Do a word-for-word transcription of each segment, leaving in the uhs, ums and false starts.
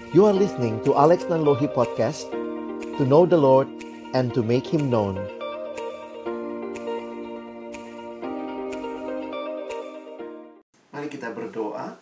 You are listening to Alex Nanlohi Podcast, to know the Lord and to make Him known. Mari kita berdoa.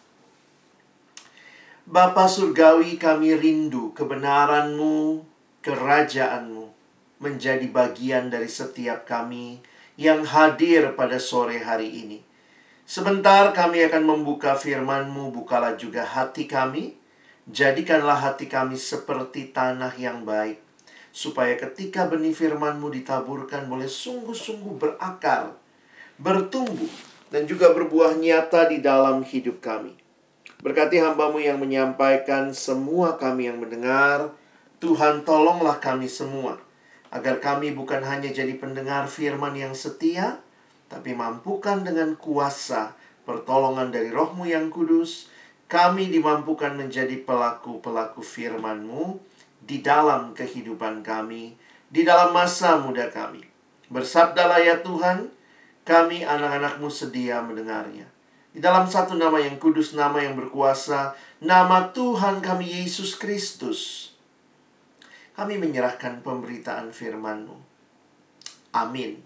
Bapa Surgawi, kami rindu kebenaran-Mu, kerajaan-Mu menjadi bagian dari setiap kami yang hadir pada sore hari ini. Sebentar kami akan membuka firman-Mu, bukalah juga hati kami. Jadikanlah hati kami seperti tanah yang baik, supaya ketika benih firman-Mu ditaburkan boleh sungguh-sungguh berakar, bertumbuh, dan juga berbuah nyata di dalam hidup kami. Berkati hamba-Mu yang menyampaikan, semua kami yang mendengar. Tuhan, tolonglah kami semua, agar kami bukan hanya jadi pendengar firman yang setia, tapi mampukan dengan kuasa pertolongan dari Roh-Mu yang kudus, kami dimampukan menjadi pelaku-pelaku firman-Mu di dalam kehidupan kami, di dalam masa muda kami. Bersabdalah ya Tuhan, kami anak-anak-Mu sedia mendengarnya. Di dalam satu nama yang kudus, nama yang berkuasa, nama Tuhan kami Yesus Kristus, kami menyerahkan pemberitaan firman-Mu. Amin.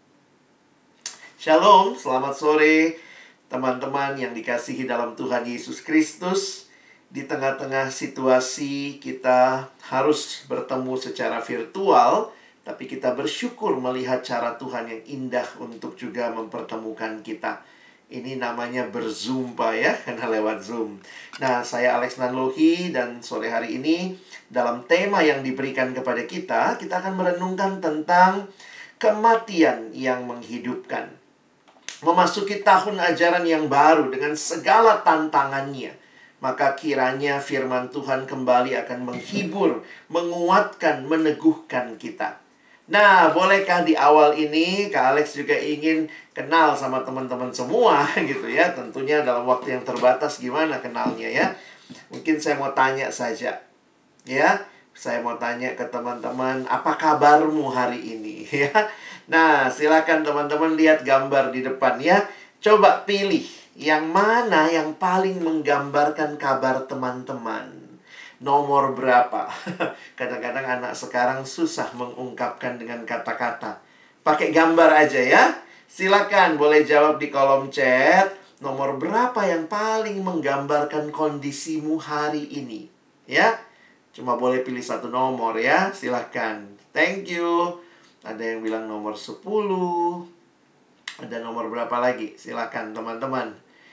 Shalom, selamat sore teman-teman yang dikasihi dalam Tuhan Yesus Kristus. Di tengah-tengah situasi kita harus bertemu secara virtual, tapi kita bersyukur melihat cara Tuhan yang indah untuk juga mempertemukan kita. Ini namanya berzoom Pak ya, karena lewat Zoom. Nah, saya Alex Nanlohi, dan sore hari ini dalam tema yang diberikan kepada kita, kita akan merenungkan tentang kematian yang menghidupkan. Memasuki tahun ajaran yang baru dengan segala tantangannya, maka kiranya firman Tuhan kembali akan menghibur, menguatkan, meneguhkan kita. Nah, bolehkah di awal ini Kak Alex juga ingin kenal sama teman-teman semua gitu ya. Tentunya dalam waktu yang terbatas, gimana kenalnya ya. Mungkin saya mau tanya saja ya. Saya mau tanya ke teman-teman, apa kabarmu hari ini ya. Nah, silakan teman-teman lihat gambar di depan ya. Coba pilih yang mana yang paling menggambarkan kabar teman-teman. Nomor berapa? Kadang-kadang anak sekarang susah mengungkapkan dengan kata-kata. Pakai gambar aja ya. Silakan boleh jawab di kolom chat. Nomor berapa yang paling menggambarkan kondisimu hari ini? Ya. Cuma boleh pilih satu nomor ya. Silakan. Thank you. Ada yang bilang nomor sepuluh. Ada nomor berapa lagi? Silakan teman-teman.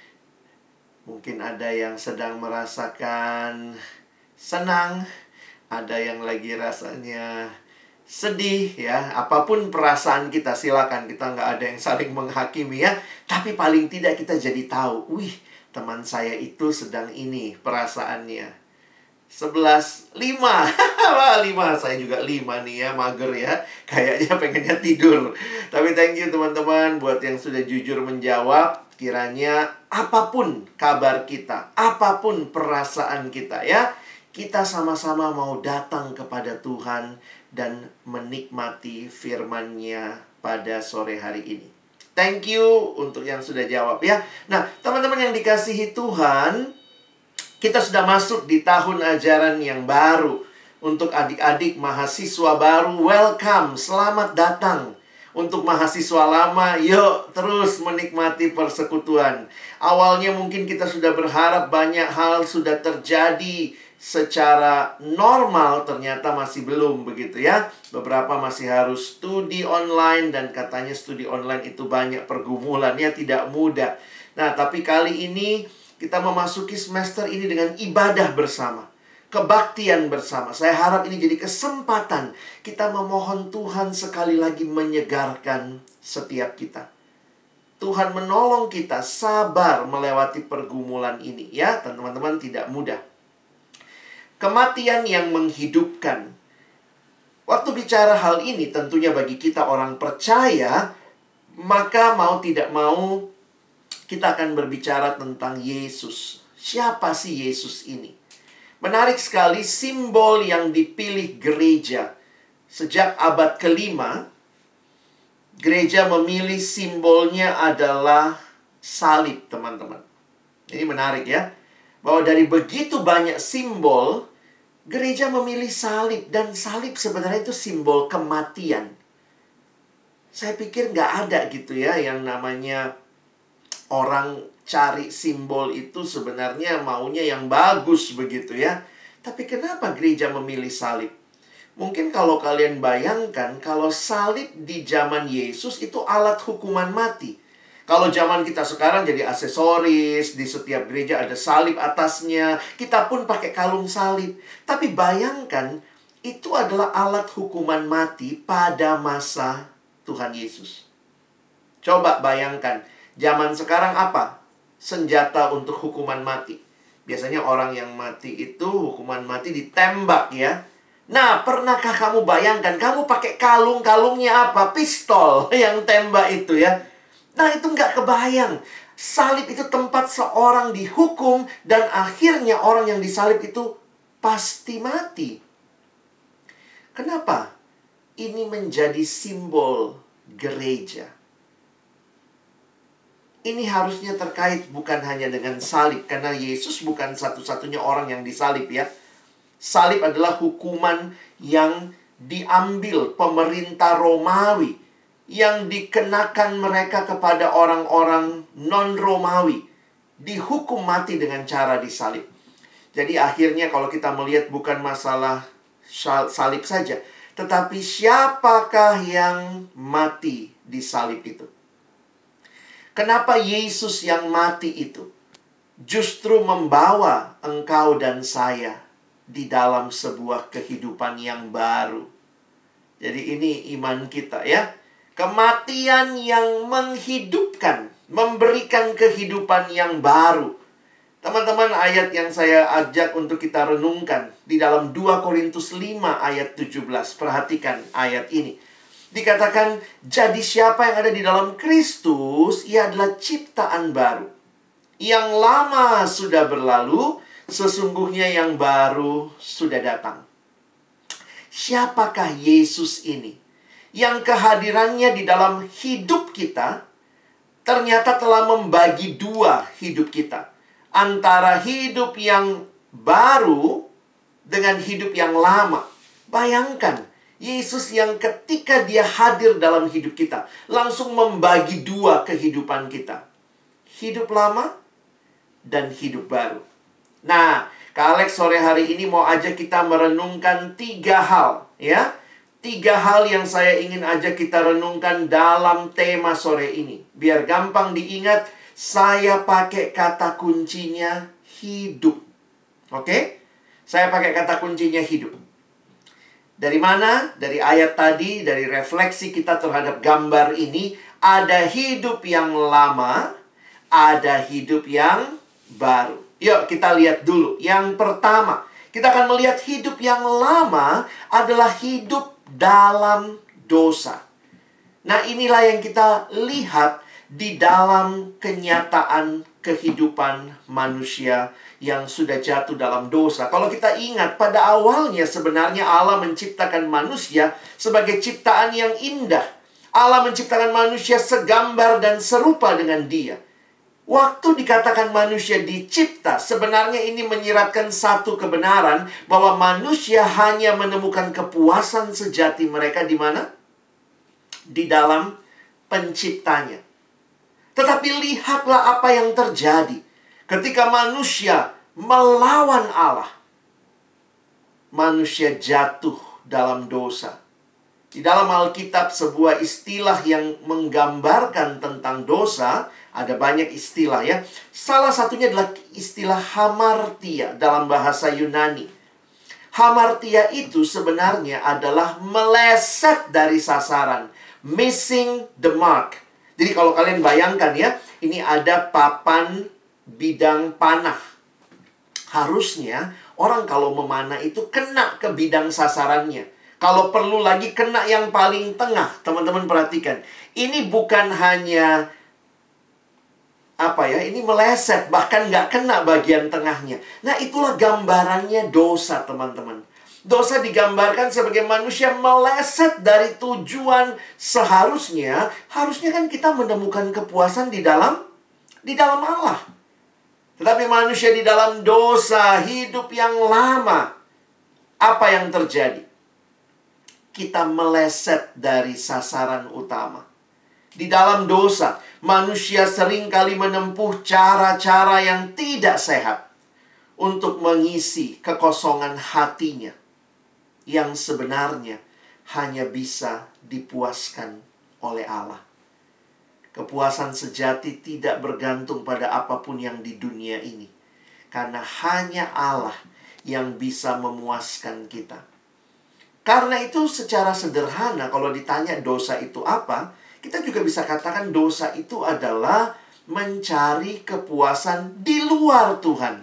Mungkin ada yang sedang merasakan senang, ada yang lagi rasanya sedih ya. Apapun perasaan kita, silakan. Kita nggak ada yang saling menghakimi ya. Tapi paling tidak kita jadi tahu, wih, teman saya itu sedang ini perasaannya. Sebelas, lima. Wah, lima. Saya juga lima nih ya, mager ya. Kayaknya pengennya tidur. Tapi thank you teman-teman buat yang sudah jujur menjawab. Kiranya apapun kabar kita, apapun perasaan kita ya, kita sama-sama mau datang kepada Tuhan dan menikmati firman-Nya pada sore hari ini. Thank you untuk yang sudah jawab ya. Nah, teman-teman yang dikasihi Tuhan, kita sudah masuk di tahun ajaran yang baru. Untuk adik-adik mahasiswa baru, welcome, selamat datang. Untuk mahasiswa lama, yuk terus menikmati persekutuan. Awalnya mungkin kita sudah berharap banyak hal sudah terjadi secara normal, ternyata masih belum begitu ya. Beberapa masih harus studi online, dan katanya studi online itu banyak pergumulannya, tidak mudah. Nah, tapi kali ini kita memasuki semester ini dengan ibadah bersama, kebaktian bersama. Saya harap ini jadi kesempatan kita memohon Tuhan sekali lagi menyegarkan setiap kita. Tuhan menolong kita sabar melewati pergumulan ini ya, teman-teman, tidak mudah. Kematian yang menghidupkan. Waktu bicara hal ini tentunya bagi kita orang percaya, maka mau tidak mau kita akan berbicara tentang Yesus. Siapa sih Yesus ini? Menarik sekali simbol yang dipilih gereja. Sejak abad kelima, gereja memilih simbolnya adalah salib, teman-teman. Ini menarik ya. Bahwa dari begitu banyak simbol, Gereja memilih salib, dan salib sebenarnya itu simbol kematian. Saya pikir nggak ada gitu ya yang namanya orang cari simbol itu sebenarnya maunya yang bagus begitu ya. Tapi kenapa gereja memilih salib? Mungkin kalau kalian bayangkan, kalau salib di zaman Yesus itu alat hukuman mati. Kalau zaman kita sekarang jadi aksesoris, di setiap gereja ada salib atasnya, kita pun pakai kalung salib. Tapi bayangkan, itu adalah alat hukuman mati pada masa Tuhan Yesus. Coba bayangkan, zaman sekarang apa? Senjata untuk hukuman mati. Biasanya orang yang mati itu hukuman mati ditembak ya. Nah, pernahkah kamu bayangkan, kamu pakai kalung, kalungnya apa? Pistol yang tembak itu ya. Nah, itu nggak kebayang. Salib itu tempat seorang dihukum, dan akhirnya orang yang disalib itu pasti mati. Kenapa? Ini menjadi simbol gereja. Ini harusnya terkait bukan hanya dengan salib, karena Yesus bukan satu-satunya orang yang disalib ya. Salib adalah hukuman yang diambil pemerintah Romawi, yang dikenakan mereka kepada orang-orang non-Romawi. Dihukum mati dengan cara disalib. Jadi akhirnya kalau kita melihat bukan masalah salib saja, tetapi siapakah yang mati di salib itu? Kenapa Yesus yang mati itu justru membawa engkau dan saya di dalam sebuah kehidupan yang baru? Jadi ini iman kita ya. Kematian yang menghidupkan, memberikan kehidupan yang baru. Teman-teman, ayat yang saya ajak untuk kita renungkan di dalam dua Korintus lima ayat tujuh belas. Perhatikan ayat ini. Dikatakan, jadi siapa yang ada di dalam Kristus, ia adalah ciptaan baru. Yang lama sudah berlalu, sesungguhnya yang baru sudah datang. Siapakah Yesus ini? Yang kehadirannya di dalam hidup kita ternyata telah membagi dua hidup kita. Antara hidup yang baru dengan hidup yang lama. Bayangkan, Yesus yang ketika dia hadir dalam hidup kita, langsung membagi dua kehidupan kita. Hidup lama dan hidup baru. Nah, Kak Alex sore hari ini mau ajak kita merenungkan tiga hal. Ya, tiga hal yang saya ingin ajak kita renungkan dalam tema sore ini. Biar gampang diingat, saya pakai kata kuncinya hidup. Oke? Saya pakai kata kuncinya hidup. Dari mana? Dari ayat tadi, dari refleksi kita terhadap gambar ini, ada hidup yang lama, ada hidup yang baru. Yuk kita lihat dulu. Yang pertama, kita akan melihat hidup yang lama adalah hidup dalam dosa. Nah, inilah yang kita lihat di dalam kenyataan kehidupan manusia yang sudah jatuh dalam dosa. Kalau kita ingat, pada awalnya sebenarnya Allah menciptakan manusia sebagai ciptaan yang indah. Allah menciptakan manusia segambar dan serupa dengan Dia. Waktu dikatakan manusia dicipta, sebenarnya ini menyiratkan satu kebenaran bahwa manusia hanya menemukan kepuasan sejati mereka di mana? Di dalam penciptanya. Tetapi lihatlah apa yang terjadi ketika manusia melawan Allah. Manusia jatuh dalam dosa. Di dalam Alkitab sebuah istilah yang menggambarkan tentang dosa, ada banyak istilah ya. Salah satunya adalah istilah hamartia dalam bahasa Yunani. Hamartia itu sebenarnya adalah meleset dari sasaran. Missing the mark. Jadi kalau kalian bayangkan ya, ini ada papan bidang panah. Harusnya orang kalau memanah itu kena ke bidang sasarannya. Kalau perlu lagi kena yang paling tengah. Teman-teman perhatikan. Ini bukan hanya apa ya, ini meleset, bahkan nggak kena bagian tengahnya. Nah, itulah gambarannya dosa, teman-teman. Dosa digambarkan sebagai manusia meleset dari tujuan seharusnya. Harusnya kan kita menemukan kepuasan di dalam di dalam Allah. Tetapi manusia di dalam dosa, hidup yang lama. apa yang terjadi? Kita meleset dari sasaran utama. Di dalam dosa, manusia seringkali menempuh cara-cara yang tidak sehat untuk mengisi kekosongan hatinya yang sebenarnya hanya bisa dipuaskan oleh Allah. Kepuasan sejati tidak bergantung pada apapun yang di dunia ini, karena hanya Allah yang bisa memuaskan kita. Karena itu secara sederhana kalau ditanya dosa itu apa, kita juga bisa katakan dosa itu adalah mencari kepuasan di luar Tuhan.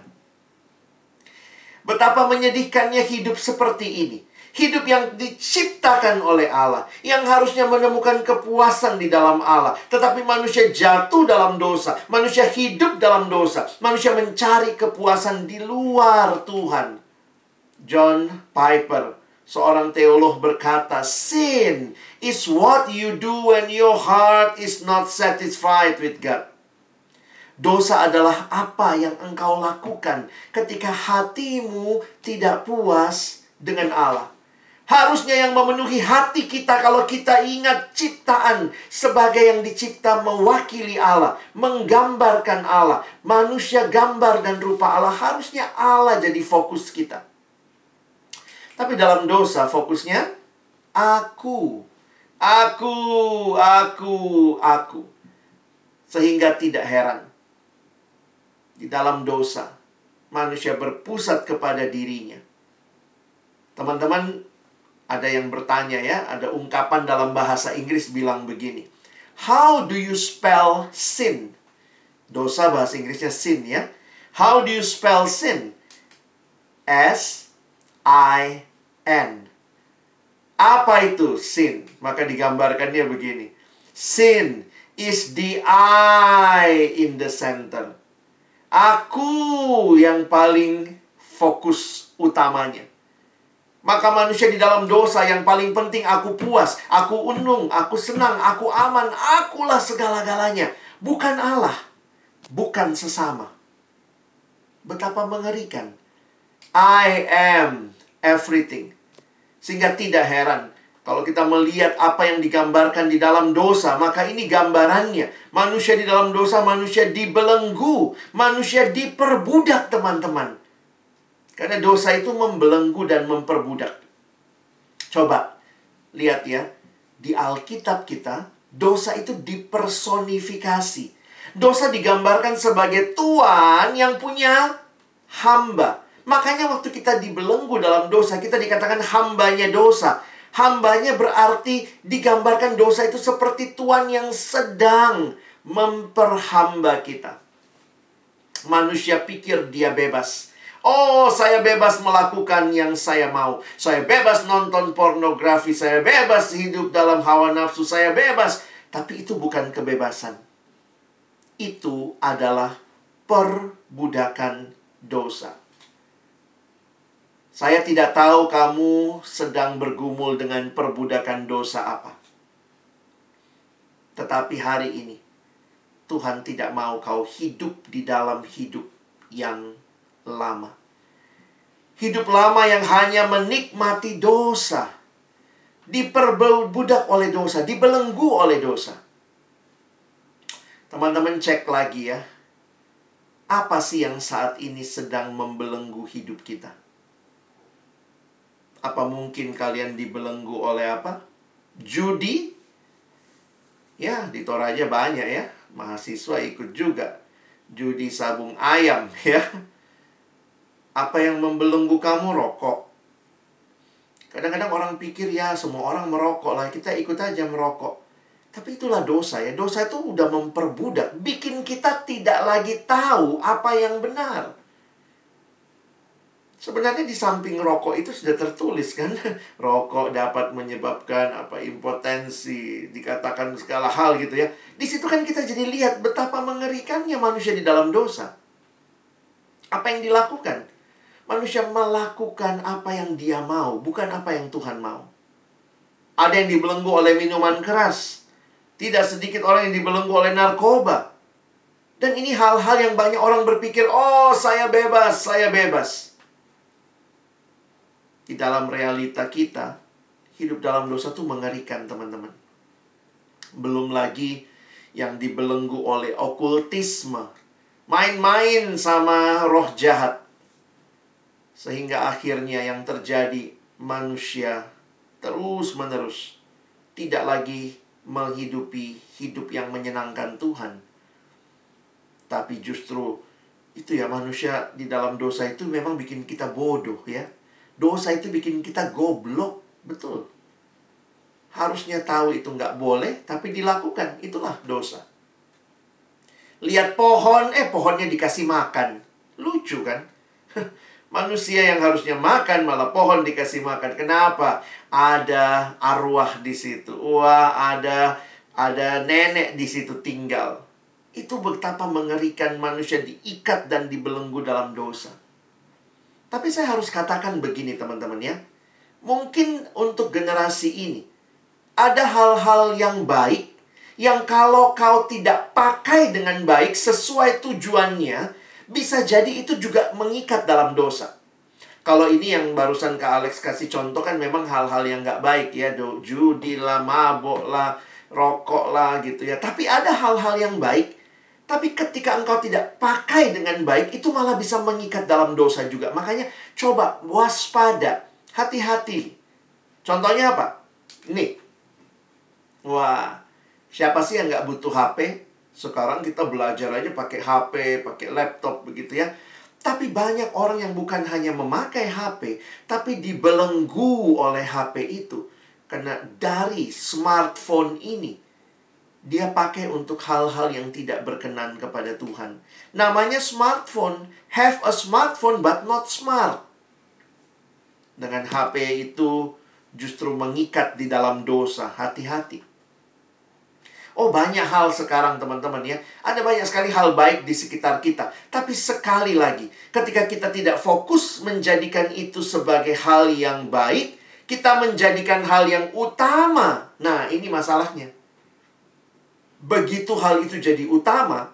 Betapa menyedihkannya hidup seperti ini. Hidup yang diciptakan oleh Allah, yang harusnya menemukan kepuasan di dalam Allah. Tetapi manusia jatuh dalam dosa. Manusia hidup dalam dosa. Manusia mencari kepuasan di luar Tuhan. John Piper, seorang teolog, berkata, "Sin is what you do when your heart is not satisfied with God." Dosa adalah apa yang engkau lakukan ketika hatimu tidak puas dengan Allah. Harusnya yang memenuhi hati kita kalau kita ingat ciptaan sebagai yang dicipta mewakili Allah, menggambarkan Allah. Manusia gambar dan rupa Allah, harusnya Allah jadi fokus kita. Tapi dalam dosa fokusnya aku, aku, aku, aku. Sehingga tidak heran, di dalam dosa manusia berpusat kepada dirinya. Teman-teman, ada yang bertanya ya, ada ungkapan dalam bahasa Inggris bilang begini. How do you spell sin? Dosa bahasa Inggrisnya sin ya. How do you spell sin? S I N. Apa itu sin? Maka digambarkannya begini. Sin is the I in the center. Aku yang paling fokus utamanya. Maka manusia di dalam dosa yang paling penting, aku puas, aku unung, aku senang, aku aman, akulah segala-galanya. Bukan Allah, bukan sesama. Betapa mengerikan. I am everything. Sehingga tidak heran kalau kita melihat apa yang digambarkan di dalam dosa, maka ini gambarannya. Manusia di dalam dosa, manusia dibelenggu, manusia diperbudak, teman-teman. Karena dosa itu membelenggu dan memperbudak. Coba lihat ya, di Alkitab kita, dosa itu dipersonifikasi. Dosa digambarkan sebagai Tuhan yang punya hamba. Makanya waktu kita dibelenggu dalam dosa, kita dikatakan hambanya dosa. Hambanya berarti digambarkan dosa itu seperti Tuhan yang sedang memperhamba kita. Manusia pikir dia bebas. Oh, saya bebas melakukan yang saya mau. Saya bebas nonton pornografi. Saya bebas hidup dalam hawa nafsu. Saya bebas. Tapi itu bukan kebebasan. Itu adalah perbudakan dosa. Saya tidak tahu kamu sedang bergumul dengan perbudakan dosa apa. Tetapi hari ini, Tuhan tidak mau kau hidup di dalam hidup yang lama. Hidup lama yang hanya menikmati dosa. Diperbudak oleh dosa, dibelenggu oleh dosa. Teman-teman cek lagi ya. Apa sih yang saat ini sedang membelenggu hidup kita? Apa mungkin kalian dibelenggu oleh apa? Judi? Ya, di Toraja banyak ya. Mahasiswa ikut juga. Judi sabung ayam ya. Apa yang membelenggu kamu? Rokok. Kadang-kadang orang pikir ya semua orang merokok lah, kita ikut aja merokok. Tapi itulah dosa ya. Dosa itu udah memperbudak, bikin kita tidak lagi tahu apa yang benar. Sebenarnya di samping rokok itu sudah tertulis kan, rokok dapat menyebabkan apa impotensi, dikatakan segala hal gitu ya. Di situ kan kita jadi lihat betapa mengerikannya manusia di dalam dosa. Apa yang dilakukan? Manusia melakukan apa yang dia mau, bukan apa yang Tuhan mau. Ada yang dibelenggu oleh minuman keras. Tidak sedikit orang yang dibelenggu oleh narkoba. Dan ini hal-hal yang banyak orang berpikir, oh saya bebas, saya bebas. Di dalam realita kita, hidup dalam dosa itu mengerikan, teman-teman. Belum lagi yang dibelenggu oleh okultisme, main-main sama roh jahat. Sehingga akhirnya yang terjadi, manusia terus-menerus tidak lagi menghidupi hidup yang menyenangkan Tuhan. Tapi justru itu ya, manusia di dalam dosa itu memang bikin kita bodoh ya. Dosa itu bikin kita goblok, betul. Harusnya tahu itu nggak boleh, tapi dilakukan, itulah dosa. Lihat pohon, eh pohonnya dikasih makan. Lucu kan? Manusia yang harusnya makan, malah pohon dikasih makan. Kenapa? Ada arwah di situ. Wah, ada ada nenek di situ tinggal. Itu betapa mengerikan manusia diikat dan dibelenggu dalam dosa. Tapi saya harus katakan begini, teman-teman ya. Mungkin untuk generasi ini, ada hal-hal yang baik yang kalau kau tidak pakai dengan baik sesuai tujuannya, bisa jadi itu juga mengikat dalam dosa. Kalau ini yang barusan Kak Alex kasih contoh kan memang hal-hal yang nggak baik ya. Judi lah, mabok lah, rokok lah gitu ya. Tapi ada hal-hal yang baik. Tapi ketika engkau tidak pakai dengan baik, itu malah bisa mengikat dalam dosa juga. Makanya coba waspada, hati-hati. Contohnya apa? Nih. Wah, siapa sih yang nggak butuh H P? Sekarang kita belajar aja pakai H P, pakai laptop begitu ya. Tapi banyak orang yang bukan hanya memakai H P, tapi dibelenggu oleh H P itu. Karena dari smartphone ini, dia pakai untuk hal-hal yang tidak berkenan kepada Tuhan. Namanya smartphone. Have a smartphone but not smart. Dengan H P itu justru mengikat di dalam dosa. Hati-hati. Oh, banyak hal sekarang teman-teman ya. Ada banyak sekali hal baik di sekitar kita. Tapi sekali lagi, ketika kita tidak fokus menjadikan itu sebagai hal yang baik, kita menjadikan hal yang utama. Nah, ini masalahnya. Begitu hal itu jadi utama,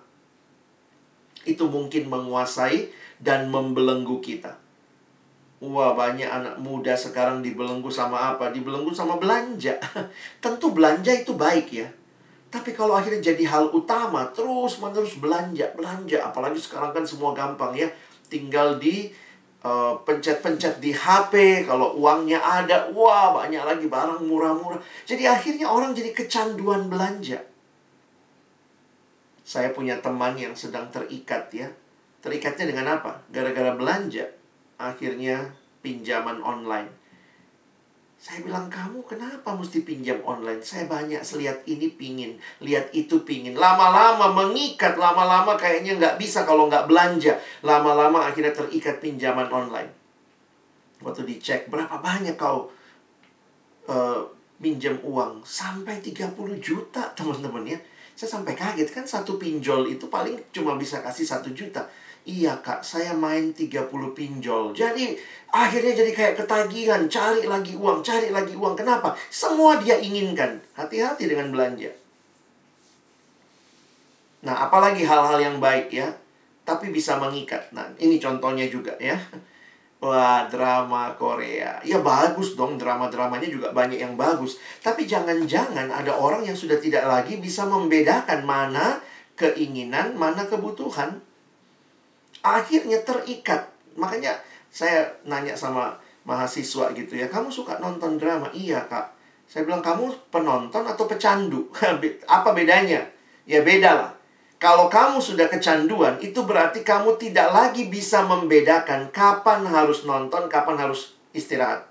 itu mungkin menguasai dan membelenggu kita. Wah, banyak anak muda sekarang dibelenggu sama apa? Dibelenggu sama belanja. Tentu belanja itu baik ya. Tapi kalau akhirnya jadi hal utama, terus-menerus belanja, belanja. Apalagi sekarang kan semua gampang ya. Tinggal di uh, pencet-pencet di H P. Kalau uangnya ada, wah banyak lagi barang murah-murah. Jadi akhirnya orang jadi kecanduan belanja. Saya punya teman yang sedang terikat ya. Terikatnya dengan apa? Gara-gara belanja. Akhirnya pinjaman online. Saya bilang, kamu kenapa mesti pinjam online? Saya banyak lihat ini pingin, lihat itu pingin. Lama-lama mengikat, lama-lama kayaknya nggak bisa kalau nggak belanja. Lama-lama akhirnya terikat pinjaman online. Waktu dicek, berapa banyak kau uh, pinjam uang? Sampai tiga puluh juta, teman-teman ya. Saya sampai kaget, kan satu pinjol itu paling cuma bisa kasih satu juta. Iya kak, saya main tiga puluh pinjol. Jadi akhirnya jadi kayak ketagihan. Cari lagi uang, cari lagi uang. Kenapa? Semua dia inginkan. Hati-hati dengan belanja. Nah, apalagi hal-hal yang baik ya, tapi bisa mengikat. Nah, ini contohnya juga ya. Wah, drama Korea. Ya bagus dong, drama-dramanya juga banyak yang bagus. Tapi jangan-jangan ada orang yang sudah tidak lagi bisa membedakan mana keinginan, mana kebutuhan. Akhirnya terikat. Makanya saya nanya sama mahasiswa gitu ya, kamu suka nonton drama? Iya kak. Saya bilang, kamu penonton atau pecandu? Apa bedanya? Ya beda lah. Kalau kamu sudah kecanduan, itu berarti kamu tidak lagi bisa membedakan kapan harus nonton, kapan harus istirahat.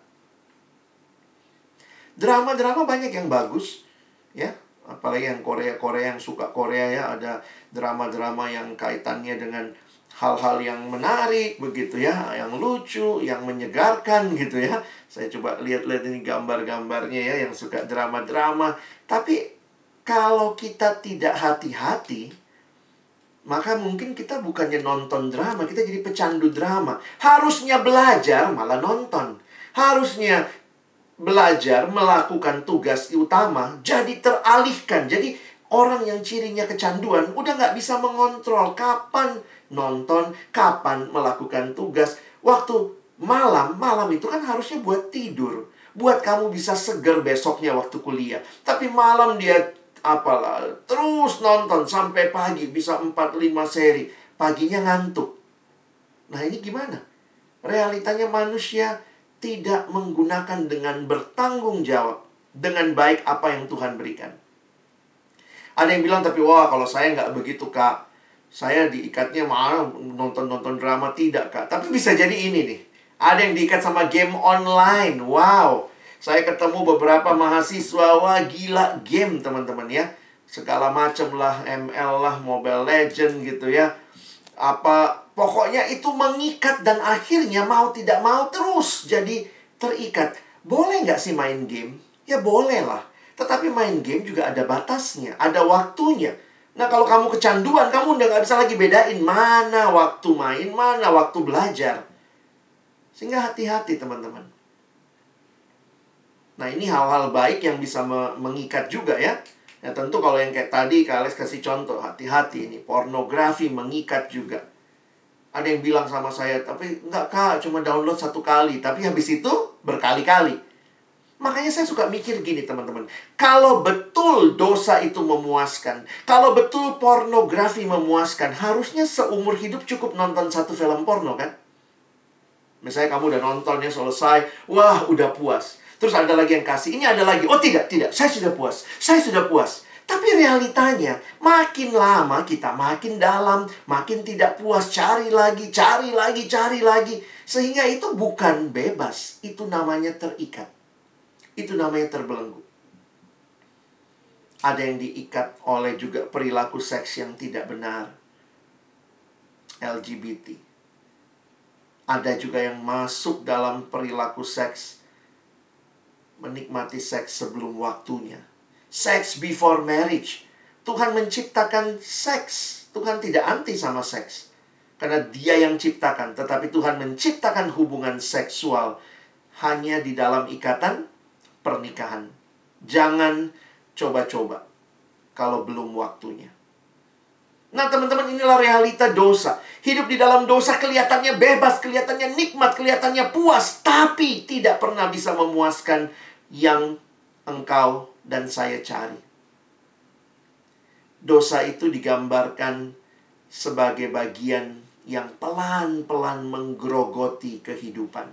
Drama-drama banyak yang bagus ya. Apalagi yang Korea-Korea, yang suka Korea ya. Ada drama-drama yang kaitannya dengan hal-hal yang menarik begitu ya, yang lucu, yang menyegarkan gitu ya. Saya coba lihat-lihat ini gambar-gambarnya ya, yang suka drama-drama. Tapi kalau kita tidak hati-hati, maka mungkin kita bukannya nonton drama, kita jadi pecandu drama. Harusnya belajar, malah nonton. Harusnya belajar melakukan tugas utama, jadi teralihkan. Jadi orang yang cirinya kecanduan udah nggak bisa mengontrol kapan nonton, kapan melakukan tugas. Waktu Malam, malam itu kan harusnya buat tidur. Buat kamu bisa seger besoknya waktu kuliah. Tapi malam dia apalah, terus nonton sampai pagi. Bisa empat lima seri. Paginya ngantuk. Nah ini gimana? Realitanya manusia tidak menggunakan dengan bertanggung jawab. Dengan baik apa yang Tuhan berikan. Ada yang bilang, tapi wah kalau saya nggak begitu kak. Saya diikatnya malah nonton-nonton drama. Tidak kak. Tapi bisa jadi ini nih. Ada yang diikat sama game online. Wow. Saya ketemu beberapa mahasiswa. Wah gila game teman-teman ya. Segala macam lah. M L lah. Mobile Legend gitu ya. Apa. Pokoknya itu mengikat. Dan akhirnya mau tidak mau terus jadi terikat. Boleh nggak sih main game? Ya boleh lah. Tetapi main game juga ada batasnya. Ada waktunya. Nah kalau kamu kecanduan. Kamu udah nggak bisa lagi bedain. Mana waktu main. Mana waktu belajar. Sehingga hati-hati teman-teman. Nah ini hal-hal baik yang bisa me mengikat juga ya. Ya tentu kalau yang kayak tadi Kak Alex kasih contoh. Hati-hati ini. Pornografi mengikat juga. Ada yang bilang sama saya. Tapi enggak kak, cuma download satu kali. Tapi habis itu berkali-kali. Makanya saya suka mikir gini teman-teman. Kalau betul dosa itu memuaskan. Kalau betul pornografi memuaskan. Harusnya seumur hidup cukup nonton satu film porno kan? Misalnya kamu udah nontonnya selesai, wah udah puas. Terus ada lagi yang kasih, ini ada lagi. Oh tidak, tidak, saya sudah puas. Saya sudah puas. Tapi realitanya, makin lama kita makin dalam, makin tidak puas. Cari lagi, cari lagi, cari lagi. Sehingga itu bukan bebas. Itu namanya terikat. Itu namanya terbelenggu. Ada yang diikat oleh juga perilaku seks yang tidak benar. L G B T. Ada juga yang masuk dalam perilaku seks. Menikmati seks sebelum waktunya. Sex before marriage. Tuhan menciptakan seks. Tuhan tidak anti sama seks. Karena dia yang ciptakan. Tetapi Tuhan menciptakan hubungan seksual. Hanya di dalam ikatan pernikahan. Jangan coba-coba. Kalau belum waktunya. Nah teman-teman, inilah realita dosa. Hidup di dalam dosa kelihatannya bebas, kelihatannya nikmat, kelihatannya puas. Tapi tidak pernah bisa memuaskan yang engkau dan saya cari. Dosa itu digambarkan sebagai bagian yang pelan-pelan menggerogoti kehidupan.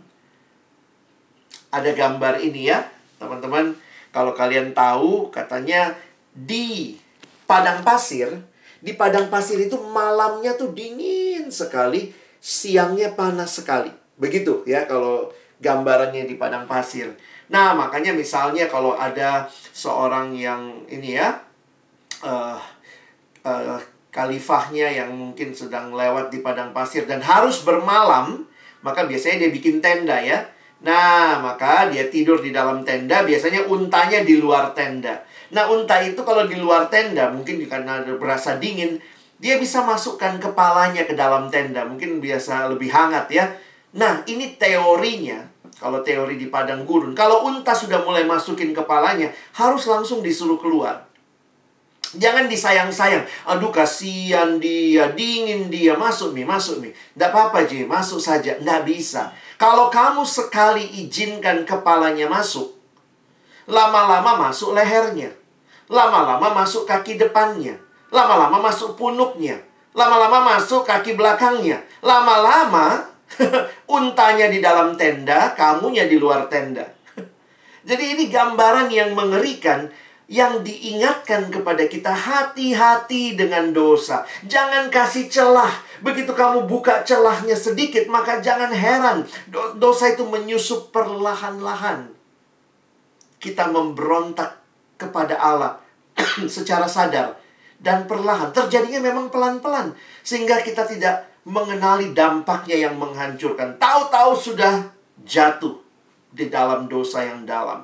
Ada gambar ini ya, teman-teman. Kalau kalian tahu, katanya di padang pasir, di padang pasir itu malamnya tuh dingin sekali, siangnya panas sekali. Begitu ya kalau gambarannya di padang pasir. Nah, makanya misalnya kalau ada seorang yang ini ya, uh, uh, khalifahnya yang mungkin sedang lewat di padang pasir dan harus bermalam, maka biasanya dia bikin tenda ya. Nah, maka dia tidur di dalam tenda, biasanya untanya di luar tenda. Nah, unta itu kalau di luar tenda, mungkin karena berasa dingin, dia bisa masukkan kepalanya ke dalam tenda. Mungkin biasa lebih hangat ya. Nah, ini teorinya. Kalau teori di padang gurun, kalau unta sudah mulai masukin kepalanya, harus langsung disuruh keluar. Jangan disayang-sayang. Aduh, kasihan dia, dingin dia. Masuk nih, masuk nih. Nggak apa-apa, Ji, masuk saja. Nggak bisa. Kalau kamu sekali izinkan kepalanya masuk, lama-lama masuk lehernya. Lama-lama masuk kaki depannya. Lama-lama masuk punuknya. Lama-lama masuk kaki belakangnya. Lama-lama untanya di dalam tenda, kamunya di luar tenda. Jadi ini gambaran yang mengerikan, yang diingatkan kepada kita, hati-hati dengan dosa. Jangan kasih celah. Begitu kamu buka celahnya sedikit, maka jangan heran. Dosa itu menyusup perlahan-lahan. Kita memberontak kepada Allah secara sadar dan perlahan. Terjadinya memang pelan-pelan, sehingga kita tidak mengenali dampaknya yang menghancurkan. Tahu-tahu sudah jatuh di dalam dosa yang dalam.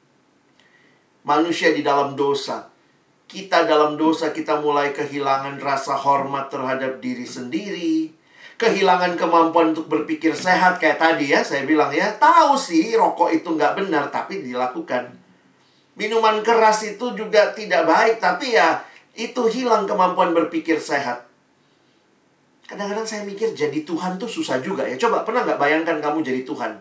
Manusia di dalam dosa. Kita dalam dosa, kita mulai kehilangan rasa hormat terhadap diri sendiri. Kehilangan kemampuan untuk berpikir sehat. Kayak tadi ya, saya bilang ya, tahu sih rokok itu nggak benar, tapi dilakukan. Minuman keras itu juga tidak baik, tapi ya itu hilang kemampuan berpikir sehat. Kadang-kadang saya mikir jadi Tuhan tuh susah juga ya. Coba, pernah nggak bayangkan kamu jadi Tuhan?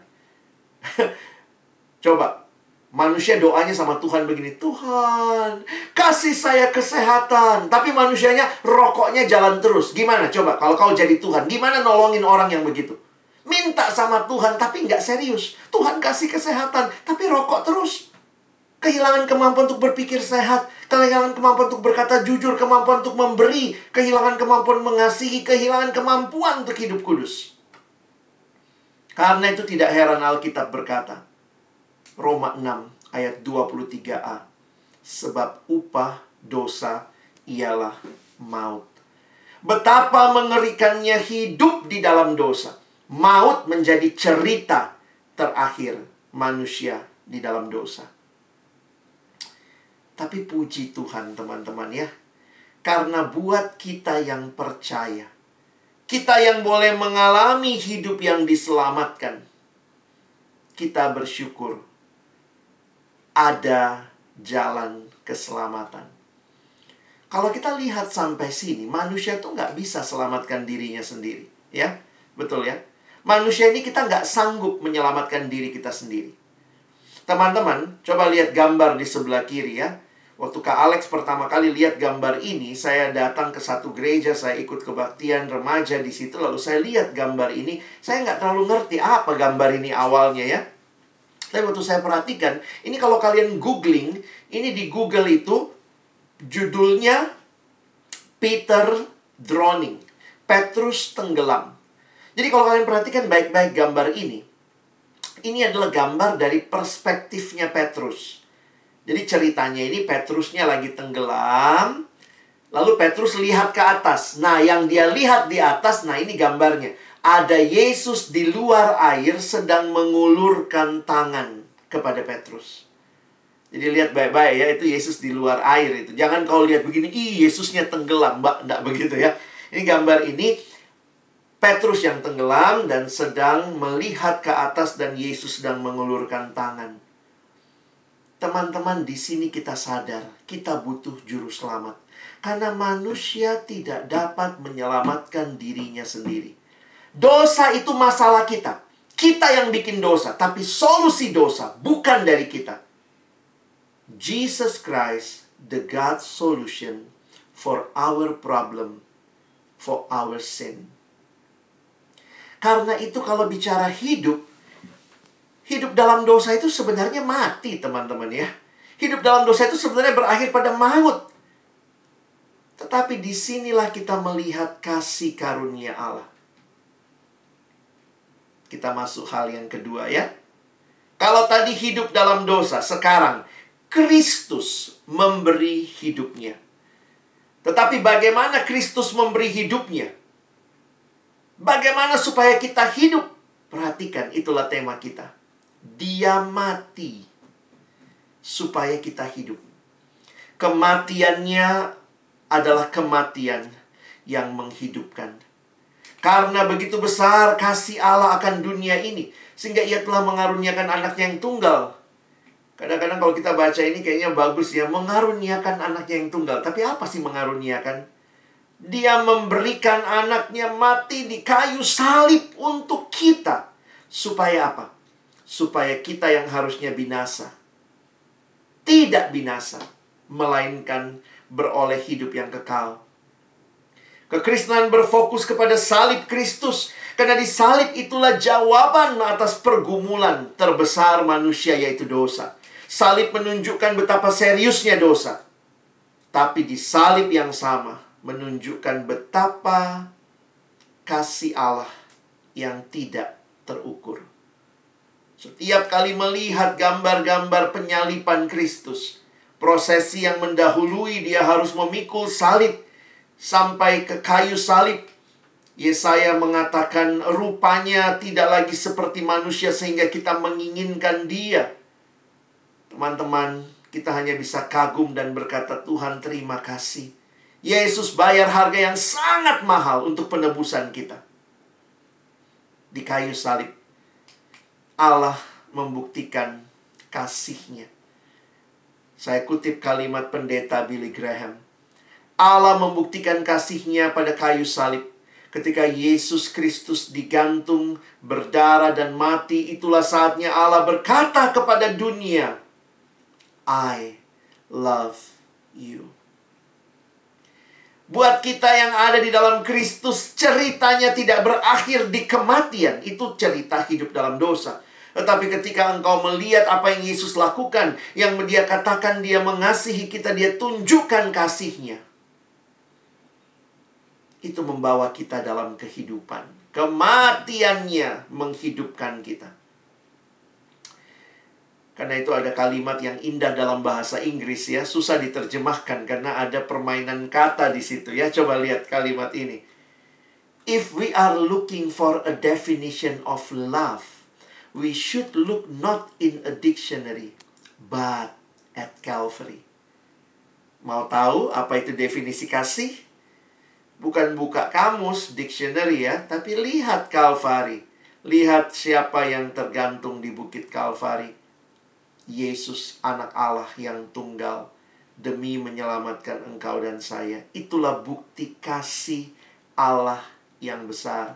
Coba, manusia doanya sama Tuhan begini, Tuhan, kasih saya kesehatan. Tapi manusianya rokoknya jalan terus. Gimana? Coba, kalau kau jadi Tuhan, gimana nolongin orang yang begitu? Minta sama Tuhan, tapi nggak serius. Tuhan kasih kesehatan, tapi rokok terus. Kehilangan kemampuan untuk berpikir sehat, kehilangan kemampuan untuk berkata jujur, kemampuan untuk memberi, kehilangan kemampuan mengasihi, kehilangan kemampuan untuk hidup kudus. Karena itu tidak heran Alkitab berkata, Roma enam ayat dua puluh tiga a, sebab upah dosa ialah maut. Betapa mengerikannya hidup di dalam dosa. Maut menjadi cerita terakhir manusia di dalam dosa. Tapi puji Tuhan teman-teman ya, karena buat kita yang percaya, kita yang boleh mengalami hidup yang diselamatkan, kita bersyukur ada jalan keselamatan. Kalau kita lihat sampai sini, manusia tuh nggak bisa selamatkan dirinya sendiri, ya, betul ya. Manusia ini kita nggak sanggup menyelamatkan diri kita sendiri. Teman-teman, coba lihat gambar di sebelah kiri ya. Waktu Kak Alex pertama kali lihat gambar ini, saya datang ke satu gereja, saya ikut kebaktian remaja di situ, lalu saya lihat gambar ini, saya nggak terlalu ngerti apa gambar ini awalnya ya. Tapi waktu saya perhatikan, ini kalau kalian googling, ini di Google itu judulnya Peter Drowning, Petrus tenggelam. Jadi kalau kalian perhatikan baik-baik gambar ini, ini adalah gambar dari perspektifnya Petrus. Jadi ceritanya ini Petrusnya lagi tenggelam, lalu Petrus lihat ke atas. Nah, yang dia lihat di atas, nah ini gambarnya. Ada Yesus di luar air sedang mengulurkan tangan kepada Petrus. Jadi lihat baik-baik ya, itu Yesus di luar air itu. Jangan kau lihat begini, ih Yesusnya tenggelam, Mbak. Nggak begitu ya. Ini gambar ini, Petrus yang tenggelam dan sedang melihat ke atas dan Yesus sedang mengulurkan tangan. Teman-teman, di sini kita sadar, kita butuh juru selamat. Karena manusia tidak dapat menyelamatkan dirinya sendiri. Dosa itu masalah kita. Kita yang bikin dosa, tapi solusi dosa bukan dari kita. Jesus Christ, the God solution for our problem, for our sin. Karena itu kalau bicara hidup, hidup dalam dosa itu sebenarnya mati, teman-teman ya. Hidup dalam dosa itu sebenarnya berakhir pada maut. Tetapi disinilah kita melihat kasih karunia Allah. Kita masuk hal yang kedua ya. Kalau tadi hidup dalam dosa, sekarang Kristus memberi hidupnya. Tetapi bagaimana Kristus memberi hidupnya? Bagaimana supaya kita hidup? Perhatikan, itulah tema kita. Dia mati supaya kita hidup. Kematiannya adalah kematian yang menghidupkan. Karena begitu besar kasih Allah akan dunia ini, sehingga ia telah mengaruniakan anaknya yang tunggal. Kadang-kadang kalau kita baca ini kayaknya bagus ya, mengaruniakan anaknya yang tunggal. Tapi apa sih mengaruniakan? Dia memberikan anaknya mati di kayu salib untuk kita. Supaya apa? Supaya kita yang harusnya binasa tidak binasa, melainkan beroleh hidup yang kekal. Kekristenan berfokus kepada salib Kristus, karena di salib itulah jawaban atas pergumulan terbesar manusia, yaitu dosa. Salib menunjukkan betapa seriusnya dosa, tapi di salib yang sama menunjukkan betapa kasih Allah yang tidak terukur. Setiap kali melihat gambar-gambar penyaliban Kristus, prosesi yang mendahului dia harus memikul salib sampai ke kayu salib. Yesaya mengatakan rupanya tidak lagi seperti manusia sehingga kita menginginkan dia. Teman-teman, kita hanya bisa kagum dan berkata, Tuhan terima kasih. Yesus bayar harga yang sangat mahal untuk penebusan kita. Di kayu salib, Allah membuktikan kasih-Nya. Saya kutip kalimat pendeta Billy Graham. Allah membuktikan kasih-Nya pada kayu salib Ketika Yesus Kristus digantung, berdarah dan mati, itulah saatnya Allah berkata kepada dunia, I love you. Buat kita yang ada di dalam Kristus, ceritanya tidak berakhir di kematian. Itu cerita hidup dalam dosa. Tetapi ketika engkau melihat apa yang Yesus lakukan, yang dia katakan dia mengasihi kita, dia tunjukkan kasihnya, itu membawa kita dalam kehidupan. Kematiannya menghidupkan kita. Karena itu ada kalimat yang indah dalam bahasa Inggris ya, susah diterjemahkan karena ada permainan kata di situ ya. Coba lihat kalimat ini. If we are looking for a definition of love, we should look not in a dictionary, but at Calvary. Mau tahu apa itu definisi kasih? Bukan buka kamus, dictionary ya, tapi lihat Calvary. Lihat siapa yang tergantung di bukit Calvary. Yesus, anak Allah yang tunggal, demi menyelamatkan engkau dan saya. Itulah bukti kasih Allah yang besar.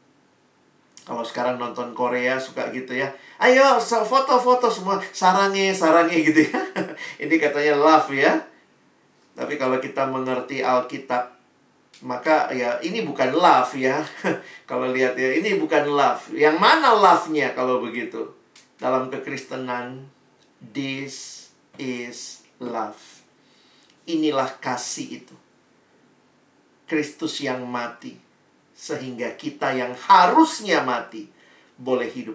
Kalau sekarang nonton Korea suka gitu ya, ayo foto-foto semua, sarange, sarange gitu ya. Ini katanya love ya. Tapi kalau kita mengerti Alkitab, maka ya ini bukan love ya. Kalau lihat ya, ini bukan love. Yang mana love-nya kalau begitu? Dalam kekristenan, this is love. Inilah kasih itu. Kristus yang mati, sehingga kita yang harusnya mati boleh hidup.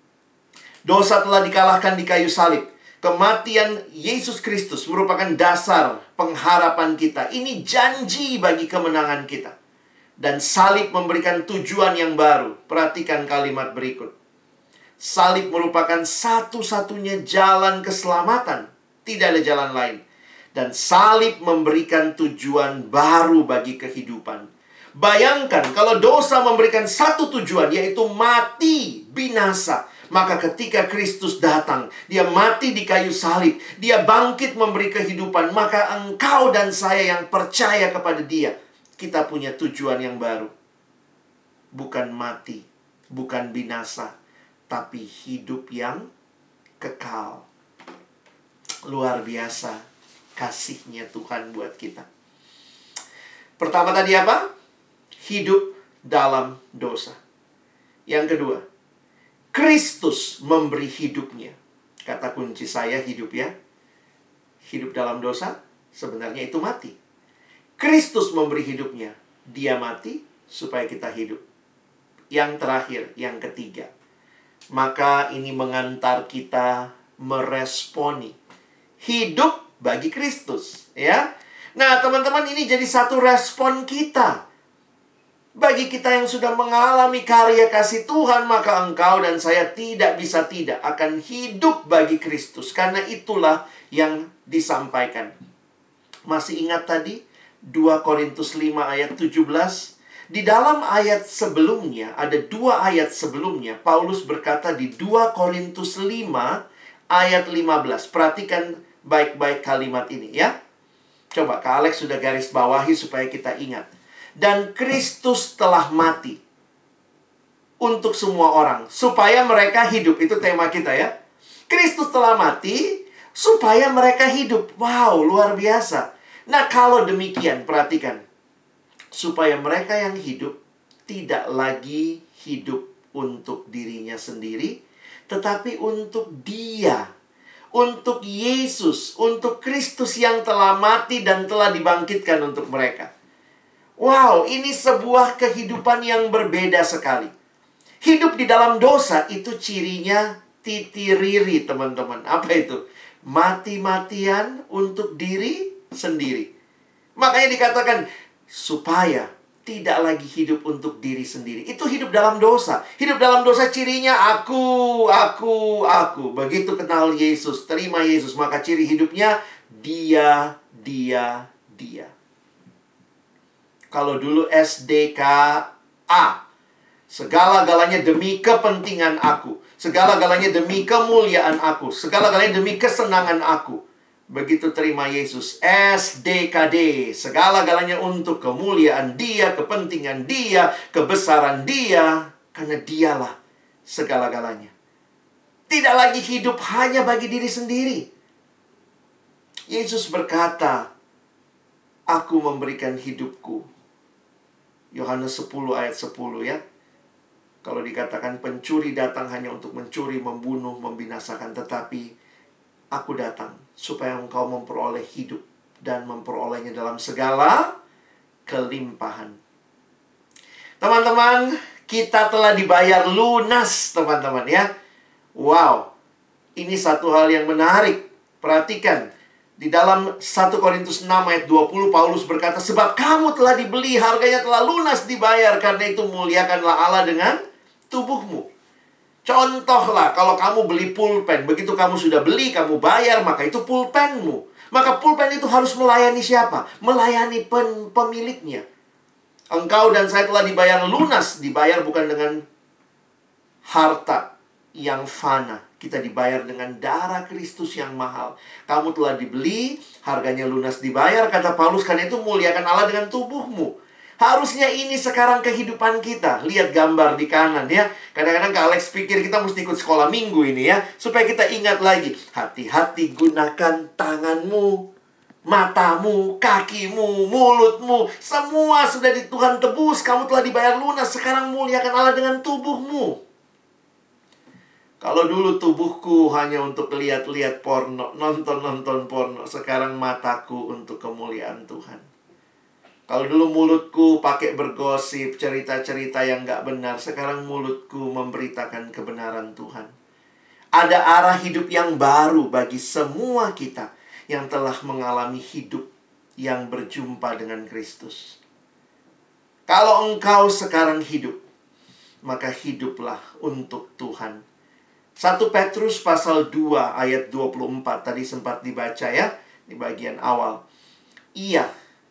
Dosa telah dikalahkan di kayu salib. Kematian Yesus Kristus merupakan dasar pengharapan kita. Ini janji bagi kemenangan kita. Dan salib memberikan tujuan yang baru. Perhatikan kalimat berikut. Salib merupakan satu-satunya jalan keselamatan. Tidak ada jalan lain. Dan salib memberikan tujuan baru bagi kehidupan. Bayangkan kalau dosa memberikan satu tujuan, yaitu mati, binasa. Maka ketika Kristus datang, dia mati di kayu salib, dia bangkit memberi kehidupan. Maka engkau dan saya yang percaya kepada dia, kita punya tujuan yang baru. Bukan mati, bukan binasa, tapi hidup yang kekal. Luar biasa kasihnya Tuhan buat kita. Pertama tadi apa? Hidup dalam dosa. Yang kedua, Kristus memberi hidupnya. Kata kunci saya hidup ya. Hidup dalam dosa, sebenarnya itu mati. Kristus memberi hidupnya. Dia mati supaya kita hidup. Yang terakhir, yang ketiga. Maka ini mengantar kita meresponi hidup bagi Kristus, ya. Nah, teman-teman, ini jadi satu respon kita. Bagi kita yang sudah mengalami karya kasih Tuhan, maka engkau dan saya tidak bisa tidak akan hidup bagi Kristus. Karena itulah yang disampaikan. Masih ingat tadi dua Korintus lima ayat tujuh belas? Di dalam ayat sebelumnya, ada dua ayat sebelumnya, Paulus berkata di dua Korintus lima ayat lima belas. Perhatikan baik-baik kalimat ini ya. Coba Kak Alex sudah garis bawahi supaya kita ingat. Dan Kristus telah mati untuk semua orang, supaya mereka hidup. Itu tema kita ya. Kristus telah mati supaya mereka hidup. Wow, luar biasa. Nah, kalau demikian, perhatikan. Supaya mereka yang hidup tidak lagi hidup untuk dirinya sendiri, tetapi untuk Dia, untuk Yesus, untuk Kristus yang telah mati dan telah dibangkitkan untuk mereka. Wow, ini sebuah kehidupan yang berbeda sekali. Hidup di dalam dosa itu cirinya titiriri, teman-teman. Apa itu? Mati-matian untuk diri sendiri. Makanya dikatakan, supaya tidak lagi hidup untuk diri sendiri. Itu hidup dalam dosa. Hidup dalam dosa cirinya aku, aku, aku. Begitu kenal Yesus, terima Yesus, maka ciri hidupnya dia, dia, dia. Kalau dulu S D K A, segala-galanya demi kepentingan aku, segala-galanya demi kemuliaan aku, segala-galanya demi kesenangan aku. begitu terima Yesus, S D K D, segala-galanya untuk kemuliaan Dia, kepentingan Dia, kebesaran Dia, karena Dialah segala-galanya. Tidak lagi hidup hanya bagi diri sendiri. Yesus berkata, aku memberikan hidupku. Yohanes sepuluh ayat sepuluh ya. Kalau dikatakan pencuri datang hanya untuk mencuri, membunuh, membinasakan. Tetapi aku datang supaya engkau memperoleh hidup dan memperolehnya dalam segala kelimpahan. Teman-teman, kita telah dibayar lunas, teman-teman ya. Wow, ini satu hal yang menarik. Perhatikan, di dalam satu Korintus enam ayat dua puluh, Paulus berkata, sebab kamu telah dibeli, harganya telah lunas dibayar. Karena itu muliakanlah Allah dengan tubuhmu. Contohlah, kalau kamu beli pulpen, begitu kamu sudah beli, kamu bayar, maka itu pulpenmu. Maka pulpen itu harus melayani siapa? Melayani pen pemiliknya. Engkau dan saya telah dibayar lunas. Dibayar bukan dengan harta yang fana. Kita dibayar dengan darah Kristus yang mahal. Kamu telah dibeli, harganya lunas dibayar. Kata Paulus, karena itu muliakan Allah dengan tubuhmu. Harusnya ini sekarang kehidupan kita. Lihat gambar di kanan ya. Kadang-kadang Kak Alex pikir kita mesti ikut sekolah minggu ini ya. Supaya kita ingat lagi. Hati-hati gunakan tanganmu, matamu, kakimu, mulutmu. Semua sudah di Tuhan tebus. Kamu telah dibayar lunas. Sekarang muliakan Allah dengan tubuhmu. Kalau dulu tubuhku hanya untuk lihat-lihat porno, nonton-nonton porno. Sekarang mataku untuk kemuliaan Tuhan. Kalau dulu mulutku pakai bergosip, cerita-cerita yang gak benar. Sekarang mulutku memberitakan kebenaran Tuhan. Ada arah hidup yang baru bagi semua kita yang telah mengalami hidup yang berjumpa dengan Kristus. Kalau engkau sekarang hidup, maka hiduplah untuk Tuhan. satu Petrus pasal dua ayat dua puluh empat. Tadi sempat dibaca ya, di bagian awal. Ia,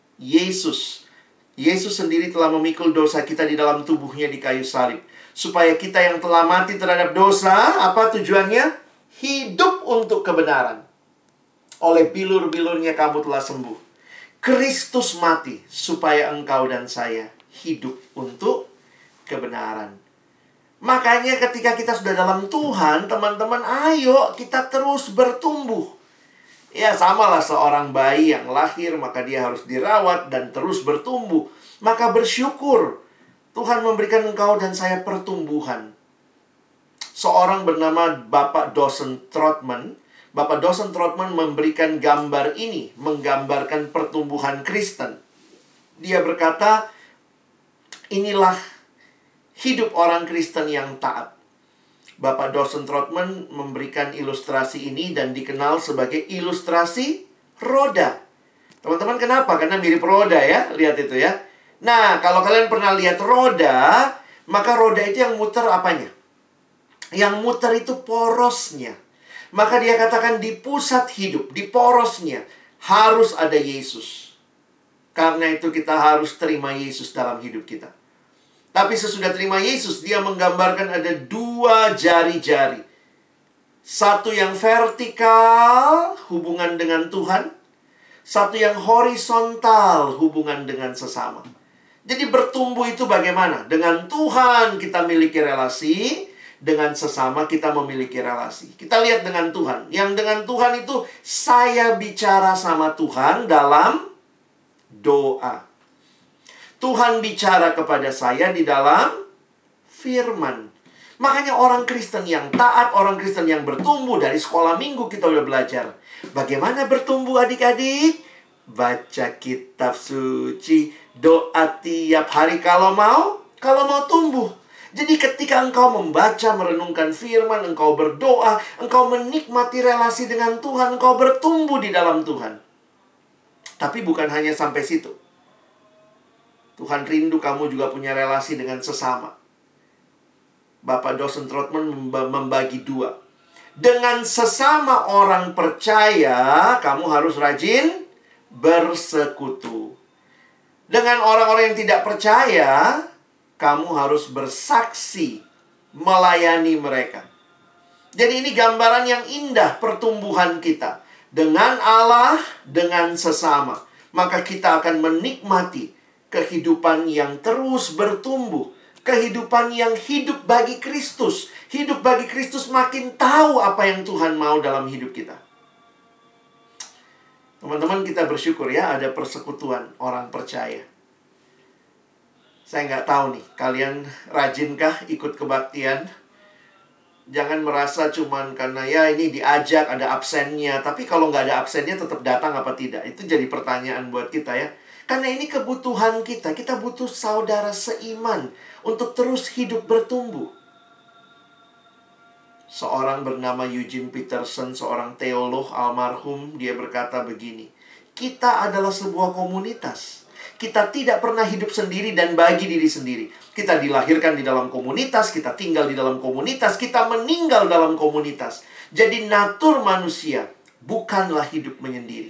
Yesus, Yesus sendiri telah memikul dosa kita di dalam tubuhnya di kayu salib. Supaya kita yang telah mati terhadap dosa, apa tujuannya? Hidup untuk kebenaran. Oleh bilur-bilurnya kamu telah sembuh. Kristus mati supaya engkau dan saya hidup untuk kebenaran. Makanya ketika kita sudah dalam Tuhan, teman-teman, ayo kita terus bertumbuh. Ya, samalah seorang bayi yang lahir, maka dia harus dirawat dan terus bertumbuh. Maka bersyukur Tuhan memberikan engkau dan saya pertumbuhan. Seorang bernama Bapak Dawson Trotman. Bapak Dawson Trotman memberikan gambar ini, menggambarkan pertumbuhan Kristen. Dia berkata, inilah hidup orang Kristen yang taat. Bapak Dawson Trotman memberikan ilustrasi ini dan dikenal sebagai ilustrasi roda. Teman-teman, kenapa? Karena mirip roda ya. Lihat itu ya. Nah, kalau kalian pernah lihat roda, maka roda itu yang muter apanya? Yang muter itu porosnya. Maka dia katakan di pusat hidup, di porosnya, harus ada Yesus. Karena itu kita harus terima Yesus dalam hidup kita. Tapi sesudah terima Yesus, dia menggambarkan ada dua jari-jari. Satu yang vertikal, hubungan dengan Tuhan. Satu yang horizontal, hubungan dengan sesama. Jadi bertumbuh itu bagaimana? Dengan Tuhan kita miliki relasi, dengan sesama kita memiliki relasi. Kita lihat dengan Tuhan. Yang dengan Tuhan itu, saya bicara sama Tuhan dalam doa. Tuhan bicara kepada saya di dalam firman. Makanya orang Kristen yang taat, orang Kristen yang bertumbuh, dari sekolah minggu kita udah belajar. Bagaimana bertumbuh adik-adik? Baca kitab suci, doa tiap hari kalau mau, kalau mau tumbuh. Jadi ketika engkau membaca, merenungkan firman, engkau berdoa, engkau menikmati relasi dengan Tuhan, engkau bertumbuh di dalam Tuhan. Tapi bukan hanya sampai situ. Tuhan rindu kamu juga punya relasi dengan sesama. Bapak Dawson Trotman membagi dua. Dengan sesama orang percaya, kamu harus rajin bersekutu. Dengan orang-orang yang tidak percaya, kamu harus bersaksi, melayani mereka. Jadi ini gambaran yang indah pertumbuhan kita. dengan Allah, dengan sesama. Maka kita akan menikmati kehidupan yang terus bertumbuh. Kehidupan yang hidup bagi Kristus. Hidup bagi Kristus makin tahu apa yang Tuhan mau dalam hidup kita. Teman-teman, kita bersyukur ya ada persekutuan orang percaya. Saya nggak tahu nih, kalian rajinkah ikut kebaktian? Jangan merasa cuman karena ya ini diajak, ada absennya. Tapi kalau nggak ada absennya tetap datang apa tidak? Itu jadi pertanyaan buat kita ya. Karena ini kebutuhan kita. Kita butuh saudara seiman untuk terus hidup bertumbuh. Seorang bernama Eugene Peterson, seorang teolog almarhum, dia berkata begini. Kita adalah sebuah komunitas. Kita tidak pernah hidup sendiri dan bagi diri sendiri. Kita dilahirkan di dalam komunitas, kita tinggal di dalam komunitas, kita meninggal dalam komunitas. Jadi natur manusia bukanlah hidup menyendiri.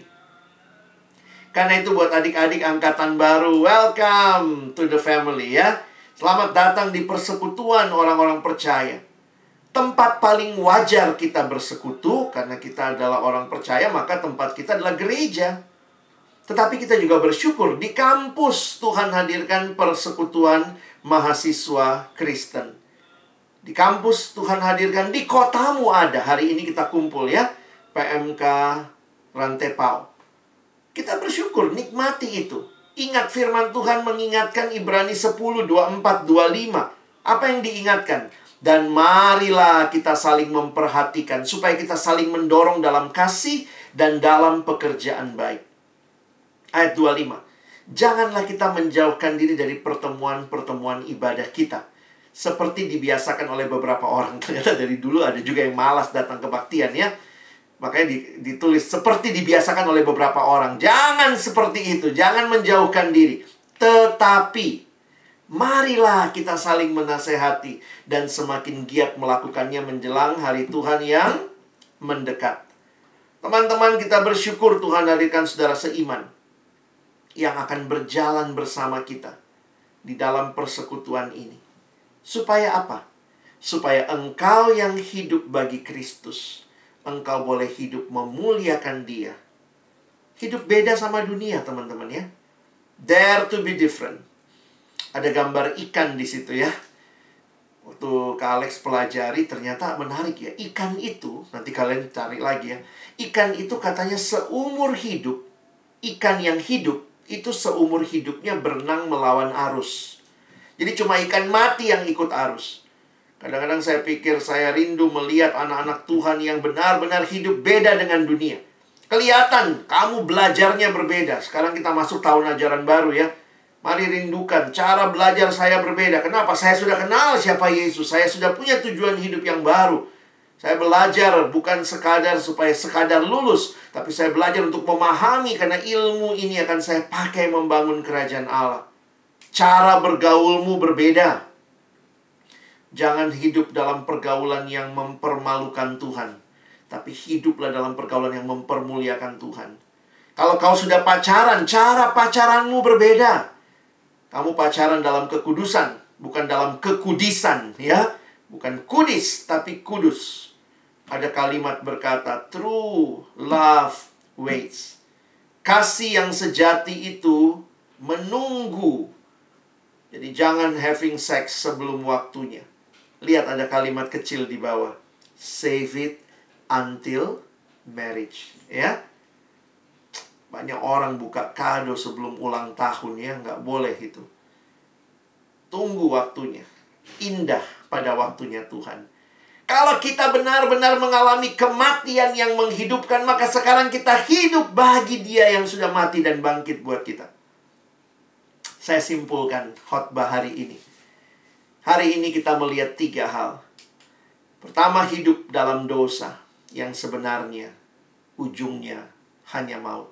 Karena itu buat adik-adik angkatan baru, welcome to the family ya. Selamat datang di persekutuan orang-orang percaya. Tempat paling wajar kita bersekutu, karena kita adalah orang percaya, maka tempat kita adalah gereja. Tetapi kita juga bersyukur di kampus Tuhan hadirkan persekutuan mahasiswa Kristen. Di kampus Tuhan hadirkan, di kotamu ada. Hari ini kita kumpul ya, P M K Rantepao. Kita bersyukur, nikmati itu. Ingat firman Tuhan mengingatkan Ibrani sepuluh, dua puluh empat, dua puluh lima. Apa yang diingatkan? Dan marilah kita saling memperhatikan, supaya kita saling mendorong dalam kasih dan dalam pekerjaan baik. Ayat dua puluh lima. Janganlah kita menjauhkan diri dari pertemuan-pertemuan ibadah kita, seperti dibiasakan oleh beberapa orang. Ternyata dari dulu ada juga yang malas datang kebaktian ya. Makanya ditulis seperti dibiasakan oleh beberapa orang. Jangan seperti itu. Jangan menjauhkan diri. Tetapi marilah kita saling menasehati dan semakin giat melakukannya menjelang hari Tuhan yang mendekat. Teman-teman, kita bersyukur Tuhan hadirkan saudara seiman yang akan berjalan bersama kita di dalam persekutuan ini. Supaya apa? Supaya engkau yang hidup bagi Kristus, engkau boleh hidup memuliakan Dia. Hidup beda sama dunia, teman-teman ya. Dare to be different. Ada gambar ikan di situ ya. Waktu Kak Alex pelajari, ternyata menarik ya. Ikan itu, nanti kalian cari lagi ya. Ikan itu katanya seumur hidup, ikan yang hidup itu seumur hidupnya berenang melawan arus. Jadi cuma ikan mati yang ikut arus. Kadang-kadang saya pikir saya rindu melihat anak-anak Tuhan yang benar-benar hidup beda dengan dunia. Kelihatan kamu belajarnya berbeda. Sekarang kita masuk tahun ajaran baru ya. Mari rindukan cara belajar saya berbeda. Kenapa? Saya sudah kenal siapa Yesus. Saya sudah punya tujuan hidup yang baru. Saya belajar bukan sekadar supaya sekadar lulus, tapi saya belajar untuk memahami, karena ilmu ini akan saya pakai membangun kerajaan Allah. Cara bergaulmu berbeda. Jangan hidup dalam pergaulan yang mempermalukan Tuhan, tapi hiduplah dalam pergaulan yang mempermuliakan Tuhan. Kalau kau sudah pacaran, cara pacaranmu berbeda. Kamu pacaran dalam kekudusan, bukan dalam kekudisan, ya. Bukan kudis, tapi kudus. Ada kalimat berkata, true love waits. Kasih yang sejati itu menunggu. Jadi jangan having sex sebelum waktunya. Lihat ada kalimat kecil di bawah. Save it until marriage. Ya. Banyak orang buka kado sebelum ulang tahun ya. Nggak boleh itu. Tunggu waktunya. Indah pada waktunya Tuhan. Kalau kita benar-benar mengalami kematian yang menghidupkan, maka sekarang kita hidup bagi Dia yang sudah mati dan bangkit buat kita. Saya simpulkan khotbah hari ini. Hari ini kita melihat tiga hal. Pertama, hidup dalam dosa yang sebenarnya ujungnya hanya maut.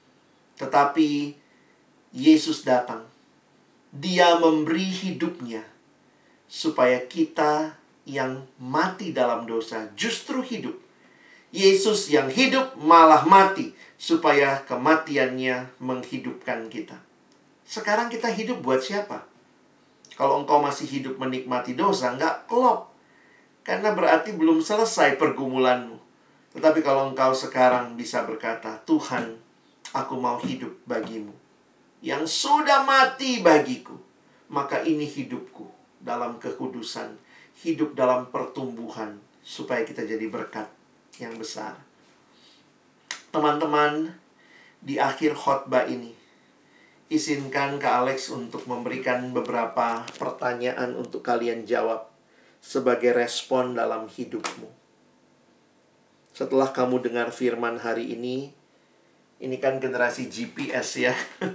Tetapi Yesus datang. Dia memberi hidupnya supaya kita yang mati dalam dosa justru hidup. Yesus yang hidup malah mati supaya kematiannya menghidupkan kita. Sekarang kita hidup buat siapa? Kalau engkau masih hidup menikmati dosa, nggak klop. Karena berarti belum selesai pergumulanmu. Tetapi kalau engkau sekarang bisa berkata, Tuhan, aku mau hidup bagimu, yang sudah mati bagiku, maka ini hidupku dalam kekudusan, hidup dalam pertumbuhan, supaya kita jadi berkat yang besar. Teman-teman, di akhir khotbah ini, izinkan Kak Alex untuk memberikan beberapa pertanyaan untuk kalian jawab sebagai respon dalam hidupmu. Setelah kamu dengar firman hari ini, ini kan generasi G P S ya.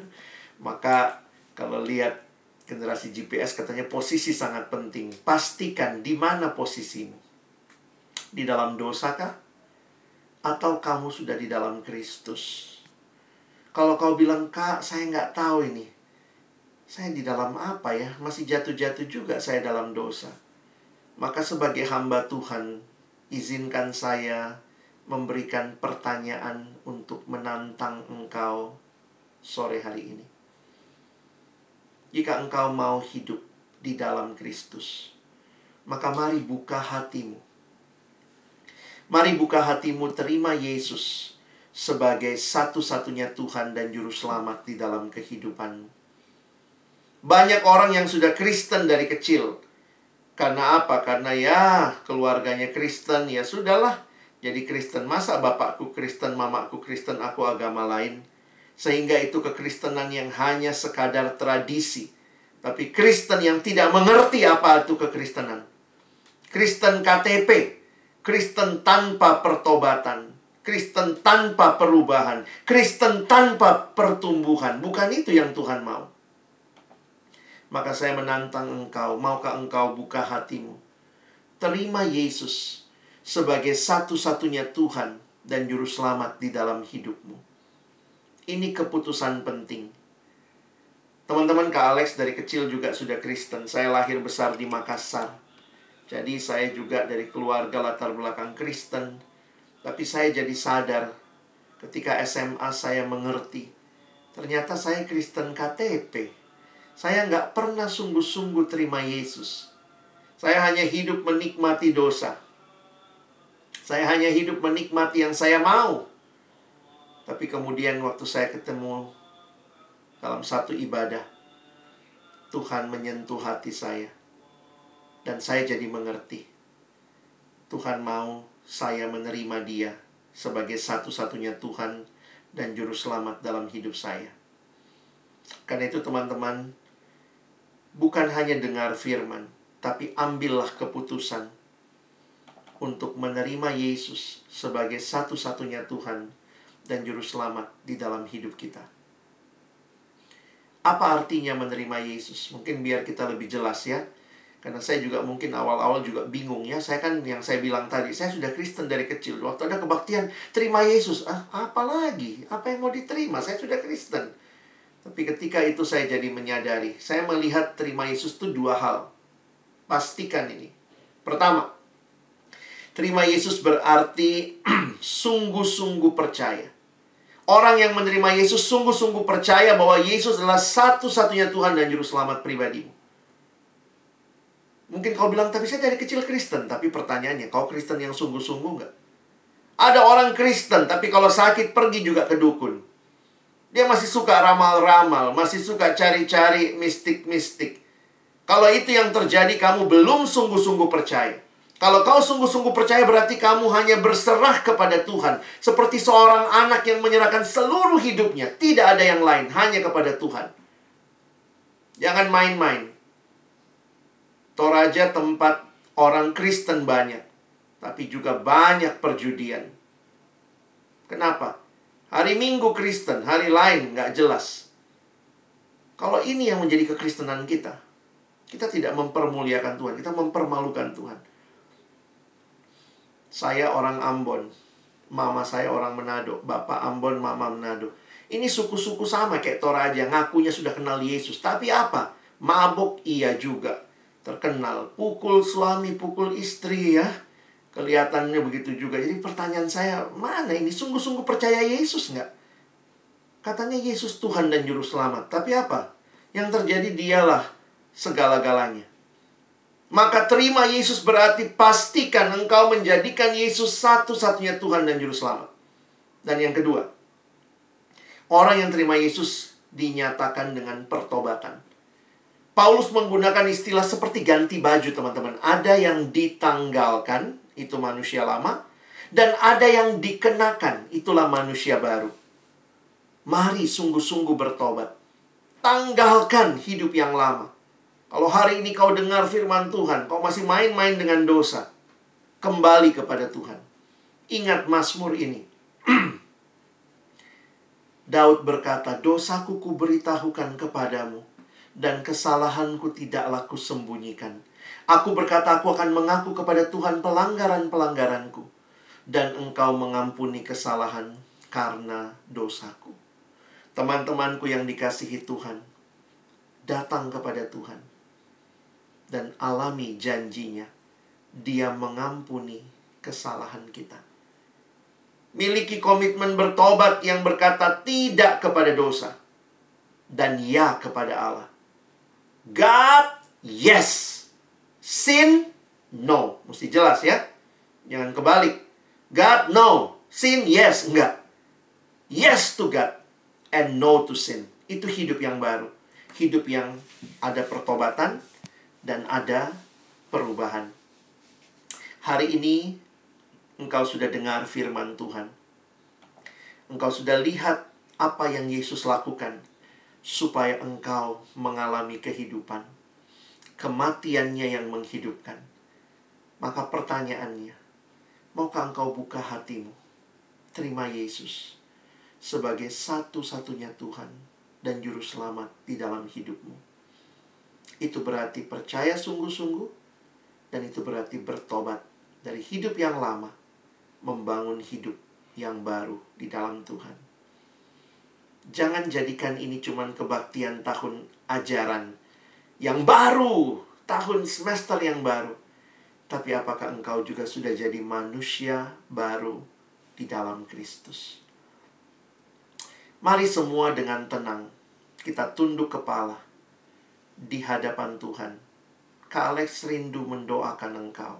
Maka kalau lihat generasi G P S katanya posisi sangat penting. Pastikan di mana posisimu. Di dalam dosa kah? Atau kamu sudah di dalam Kristus? Kalau kau bilang, Kak, saya nggak tahu ini. Saya di dalam apa ya? Masih jatuh-jatuh juga saya dalam dosa. Maka sebagai hamba Tuhan, izinkan saya memberikan pertanyaan untuk menantang engkau sore hari ini. Jika engkau mau hidup di dalam Kristus, maka mari buka hatimu. Mari buka hatimu, terima Yesus sebagai satu-satunya Tuhan dan Juru Selamat di dalam kehidupanmu. Banyak orang yang sudah Kristen dari kecil. Karena apa? Karena ya keluarganya Kristen, ya sudahlah. Jadi Kristen, masa bapakku Kristen, mamaku Kristen, aku agama lain. Sehingga itu kekristenan yang hanya sekadar tradisi. Tapi Kristen yang tidak mengerti apa itu kekristenan. Kristen K T P. Kristen tanpa pertobatan. Kristen tanpa perubahan. Kristen tanpa pertumbuhan. Bukan itu yang Tuhan mau. Maka saya menantang engkau, maukah engkau buka hatimu? Terima Yesus sebagai satu-satunya Tuhan dan Juru Selamat di dalam hidupmu. Ini keputusan penting. Teman-teman, Kak Alex dari kecil juga sudah Kristen. Saya lahir besar di Makassar. Jadi saya juga dari keluarga latar belakang Kristen. Tapi saya jadi sadar ketika S M A saya mengerti. Ternyata saya Kristen K T P. Saya nggak pernah sungguh-sungguh terima Yesus. Saya hanya hidup menikmati dosa. Saya hanya hidup menikmati yang saya mau. Tapi kemudian waktu saya ketemu dalam satu ibadah, Tuhan menyentuh hati saya. Dan saya jadi mengerti. Tuhan mau saya menerima Dia sebagai satu-satunya Tuhan dan Juru Selamat dalam hidup saya. Karena itu teman-teman, bukan hanya dengar firman, tapi ambillah keputusan untuk menerima Yesus sebagai satu-satunya Tuhan dan Juru Selamat di dalam hidup kita. Apa artinya menerima Yesus? Mungkin biar kita lebih jelas ya. Karena saya juga mungkin awal-awal juga bingung ya. Saya kan yang saya bilang tadi, saya sudah Kristen dari kecil. Waktu ada kebaktian, terima Yesus. Ah, apa lagi? Apa yang mau diterima? Saya sudah Kristen. Tapi ketika itu saya jadi menyadari, saya melihat terima Yesus itu dua hal. Pastikan ini. Pertama, terima Yesus berarti sungguh-sungguh percaya. Orang yang menerima Yesus sungguh-sungguh percaya bahwa Yesus adalah satu-satunya Tuhan dan Juru Selamat pribadimu. Mungkin kau bilang, tapi saya dari kecil Kristen. Tapi pertanyaannya, kau Kristen yang sungguh-sungguh nggak? Ada orang Kristen, tapi kalau sakit pergi juga ke dukun. Dia masih suka ramal-ramal, masih suka cari-cari mistik-mistik. Kalau itu yang terjadi, kamu belum sungguh-sungguh percaya. Kalau kau sungguh-sungguh percaya, berarti kamu hanya berserah kepada Tuhan. Seperti seorang anak yang menyerahkan seluruh hidupnya. Tidak ada yang lain, hanya kepada Tuhan. Jangan main-main. Toraja tempat orang Kristen banyak, tapi juga banyak perjudian. Kenapa? Hari Minggu Kristen, hari lain nggak jelas. Kalau ini yang menjadi kekristenan kita, kita tidak mempermuliakan Tuhan, kita mempermalukan Tuhan. Saya orang Ambon, mama saya orang Manado, bapak Ambon, mama Manado. Ini suku-suku sama kayak Toraja, ngakunya sudah kenal Yesus. Tapi apa? Mabuk iya juga. Terkenal, pukul suami, pukul istri ya. Kelihatannya begitu juga. Jadi pertanyaan saya, mana ini sungguh-sungguh percaya Yesus nggak? Katanya Yesus Tuhan dan Juru Selamat. Tapi apa? Yang terjadi dialah segala-galanya. Maka terima Yesus berarti pastikan engkau menjadikan Yesus satu-satunya Tuhan dan Juru Selamat. Dan yang kedua, orang yang terima Yesus dinyatakan dengan pertobatan. Paulus menggunakan istilah seperti ganti baju, teman-teman. Ada yang ditanggalkan, itu manusia lama. Dan ada yang dikenakan, itulah manusia baru. Mari sungguh-sungguh bertobat. Tanggalkan hidup yang lama. Kalau hari ini kau dengar firman Tuhan, kau masih main-main dengan dosa, kembali kepada Tuhan. Ingat Mazmur ini. Daud berkata, dosaku kuberitahukan kepadamu, dan kesalahanku tidaklah kusembunyikan. Aku berkata, aku akan mengaku kepada Tuhan pelanggaran-pelanggaranku, dan engkau mengampuni kesalahan karena dosaku. Teman-temanku yang dikasihi Tuhan, datang kepada Tuhan dan alami janjinya. Dia mengampuni kesalahan kita. Miliki komitmen bertobat yang berkata tidak kepada dosa dan ya kepada Allah. God, yes. Sin, no. Mesti jelas ya. Jangan kebalik. God, no. Sin, yes. Enggak. Yes to God and no to sin. Itu hidup yang baru. Hidup yang ada pertobatan dan ada perubahan. Hari ini engkau sudah dengar firman Tuhan. Engkau sudah lihat apa yang Yesus lakukan supaya engkau mengalami kehidupan. Kematiannya yang menghidupkan. Maka pertanyaannya, maukah engkau buka hatimu? Terima Yesus sebagai satu-satunya Tuhan dan Juru Selamat di dalam hidupmu. Itu berarti percaya sungguh-sungguh, dan itu berarti bertobat dari hidup yang lama, membangun hidup yang baru di dalam Tuhan. Jangan jadikan ini cuma kebaktian tahun ajaran yang baru, tahun semester yang baru. Tapi apakah engkau juga sudah jadi manusia baru di dalam Kristus? Mari semua dengan tenang kita tunduk kepala di hadapan Tuhan. Kak Alex rindu mendoakan engkau.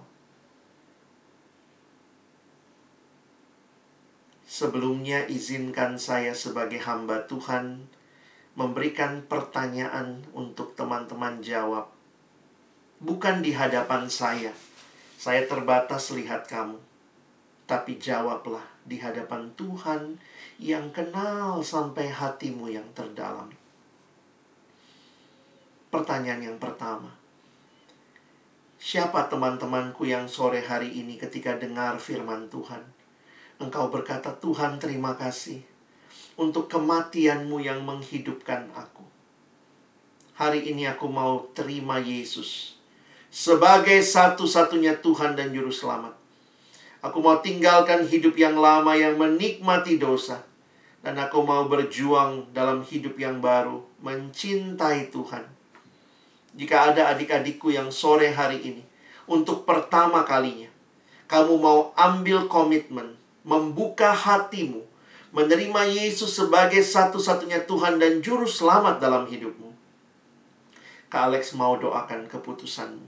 Sebelumnya izinkan saya sebagai hamba Tuhan memberikan pertanyaan untuk teman-teman jawab. Bukan di hadapan saya. Saya terbatas lihat kamu. Tapi jawablah di hadapan Tuhan yang kenal sampai hatimu yang terdalam. Pertanyaan yang pertama. Siapa teman-temanku yang sore hari ini ketika dengar firman Tuhan? Engkau berkata, Tuhan terima kasih untuk kematianmu yang menghidupkan aku. Hari ini aku mau terima Yesus sebagai satu-satunya Tuhan dan Juru Selamat. Aku mau tinggalkan hidup yang lama yang menikmati dosa. Dan aku mau berjuang dalam hidup yang baru, mencintai Tuhan. Jika ada adik-adikku yang sore hari ini, untuk pertama kalinya, kamu mau ambil komitmen, membuka hatimu, menerima Yesus sebagai satu-satunya Tuhan dan Juru Selamat dalam hidupmu. Kak Alex mau doakan keputusanmu.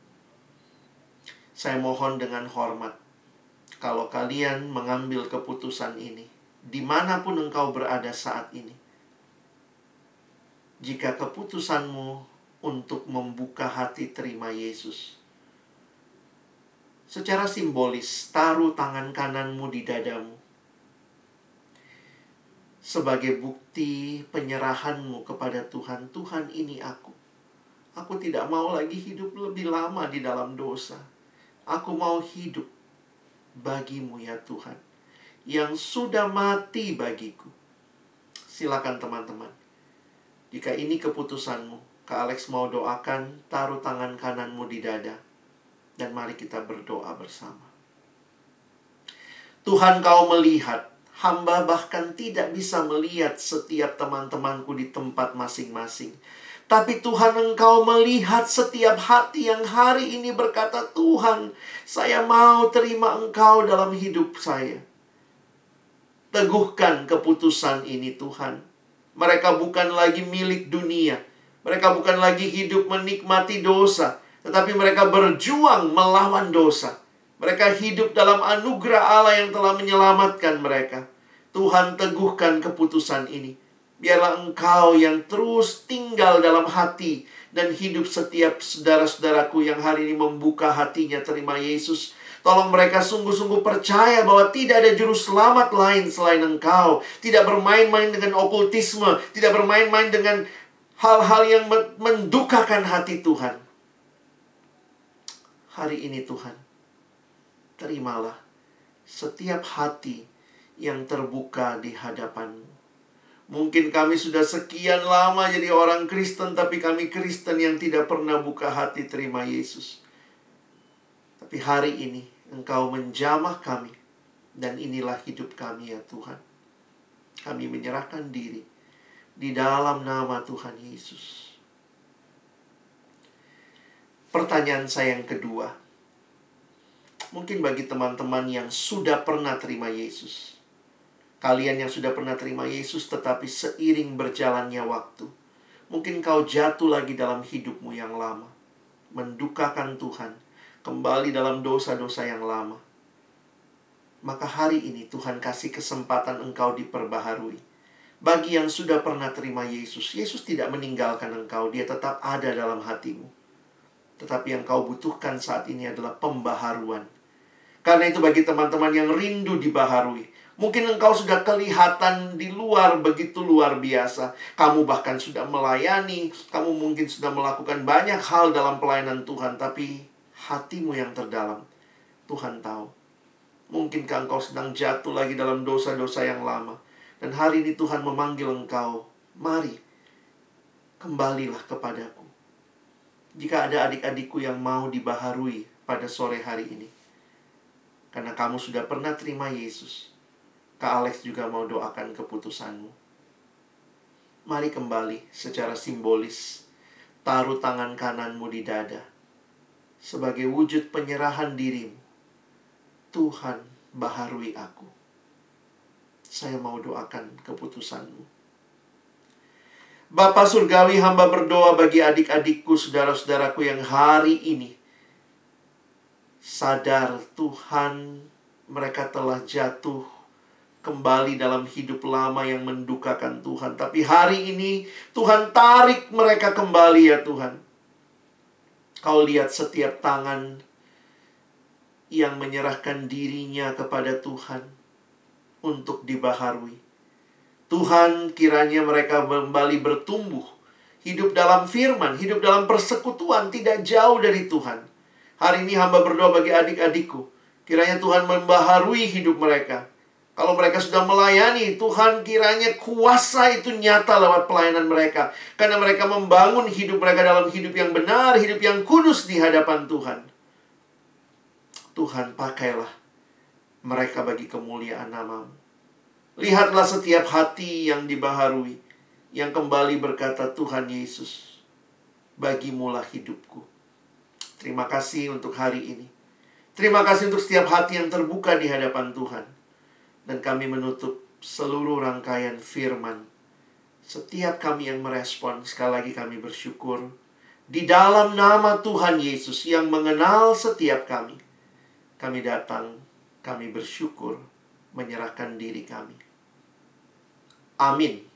Saya mohon dengan hormat, kalau kalian mengambil keputusan ini, dimanapun engkau berada saat ini, jika keputusanmu untuk membuka hati terima Yesus, secara simbolis, taruh tangan kananmu di dadamu sebagai bukti penyerahanmu kepada Tuhan. Tuhan, ini aku. Aku tidak mau lagi hidup lebih lama di dalam dosa. Aku mau hidup bagimu ya Tuhan, yang sudah mati bagiku. Silakan teman-teman. Jika ini keputusanmu, Kak Alex mau doakan, taruh tangan kananmu di dada. Dan mari kita berdoa bersama. Tuhan, Kau melihat, hamba bahkan tidak bisa melihat setiap teman-temanku di tempat masing-masing. Tapi Tuhan, Engkau melihat setiap hati yang hari ini berkata, Tuhan, saya mau terima Engkau dalam hidup saya. Teguhkan keputusan ini Tuhan. Mereka bukan lagi milik dunia. Mereka bukan lagi hidup menikmati dosa. tetapi mereka berjuang melawan dosa. Mereka hidup dalam anugerah Allah yang telah menyelamatkan mereka. Tuhan, teguhkan keputusan ini. Biarlah Engkau yang terus tinggal dalam hati dan hidup setiap saudara-saudaraku yang hari ini membuka hatinya terima Yesus. Tolong mereka sungguh-sungguh percaya bahwa tidak ada juru selamat lain selain Engkau. Tidak bermain-main dengan okultisme. Tidak bermain-main dengan hal-hal yang mendukakan hati Tuhan. Hari ini Tuhan, terimalah setiap hati yang terbuka di hadapan-Mu. Mungkin kami sudah sekian lama jadi orang Kristen, tapi kami Kristen yang tidak pernah buka hati terima Yesus. Tapi hari ini Engkau menjamah kami, dan inilah hidup kami ya Tuhan. Kami menyerahkan diri di dalam nama Tuhan Yesus. Pertanyaan saya yang kedua, mungkin bagi teman-teman yang sudah pernah terima Yesus, kalian yang sudah pernah terima Yesus tetapi seiring berjalannya waktu, mungkin kau jatuh lagi dalam hidupmu yang lama, mendukakan Tuhan, kembali dalam dosa-dosa yang lama. Maka hari ini Tuhan kasih kesempatan engkau diperbaharui. Bagi yang sudah pernah terima Yesus, Yesus tidak meninggalkan engkau, Dia tetap ada dalam hatimu. Tetapi yang kau butuhkan saat ini adalah pembaharuan. Karena itu bagi teman-teman yang rindu dibaharui, mungkin engkau sudah kelihatan di luar begitu luar biasa. Kamu bahkan sudah melayani, kamu mungkin sudah melakukan banyak hal dalam pelayanan Tuhan, tapi hatimu yang terdalam, Tuhan tahu. Mungkinkah engkau sedang jatuh lagi dalam dosa-dosa yang lama. Dan hari ini Tuhan memanggil engkau, mari, kembalilah kepadaku. Jika ada adik-adikku yang mau dibaharui pada sore hari ini, karena kamu sudah pernah terima Yesus, Kak Alex juga mau doakan keputusanmu. Mari kembali secara simbolis, taruh tangan kananmu di dada, sebagai wujud penyerahan dirimu. Tuhan, baharui aku. Saya mau doakan keputusanmu. Bapa Surgawi, hamba berdoa bagi adik-adikku, saudara-saudaraku yang hari ini sadar Tuhan, mereka telah jatuh kembali dalam hidup lama yang mendukakan Tuhan. Tapi hari ini Tuhan tarik mereka kembali ya Tuhan. Kau lihat setiap tangan yang menyerahkan dirinya kepada Tuhan untuk dibaharui. Tuhan, kiranya mereka kembali bertumbuh, hidup dalam firman, hidup dalam persekutuan, tidak jauh dari Tuhan. Hari ini hamba berdoa bagi adik-adikku, kiranya Tuhan membaharui hidup mereka. Kalau mereka sudah melayani, Tuhan kiranya kuasa itu nyata lewat pelayanan mereka. Karena mereka membangun hidup mereka dalam hidup yang benar, hidup yang kudus di hadapan Tuhan. Tuhan, pakailah mereka bagi kemuliaan nama-Mu. Lihatlah setiap hati yang dibaharui, yang kembali berkata, Tuhan Yesus, bagimulah hidupku. Terima kasih untuk hari ini. Terima kasih untuk setiap hati yang terbuka di hadapan Tuhan. Dan kami menutup seluruh rangkaian firman. Setiap kami yang merespon, sekali lagi kami bersyukur. Di dalam nama Tuhan Yesus yang mengenal setiap kami, kami datang, kami bersyukur, menyerahkan diri kami. Amin.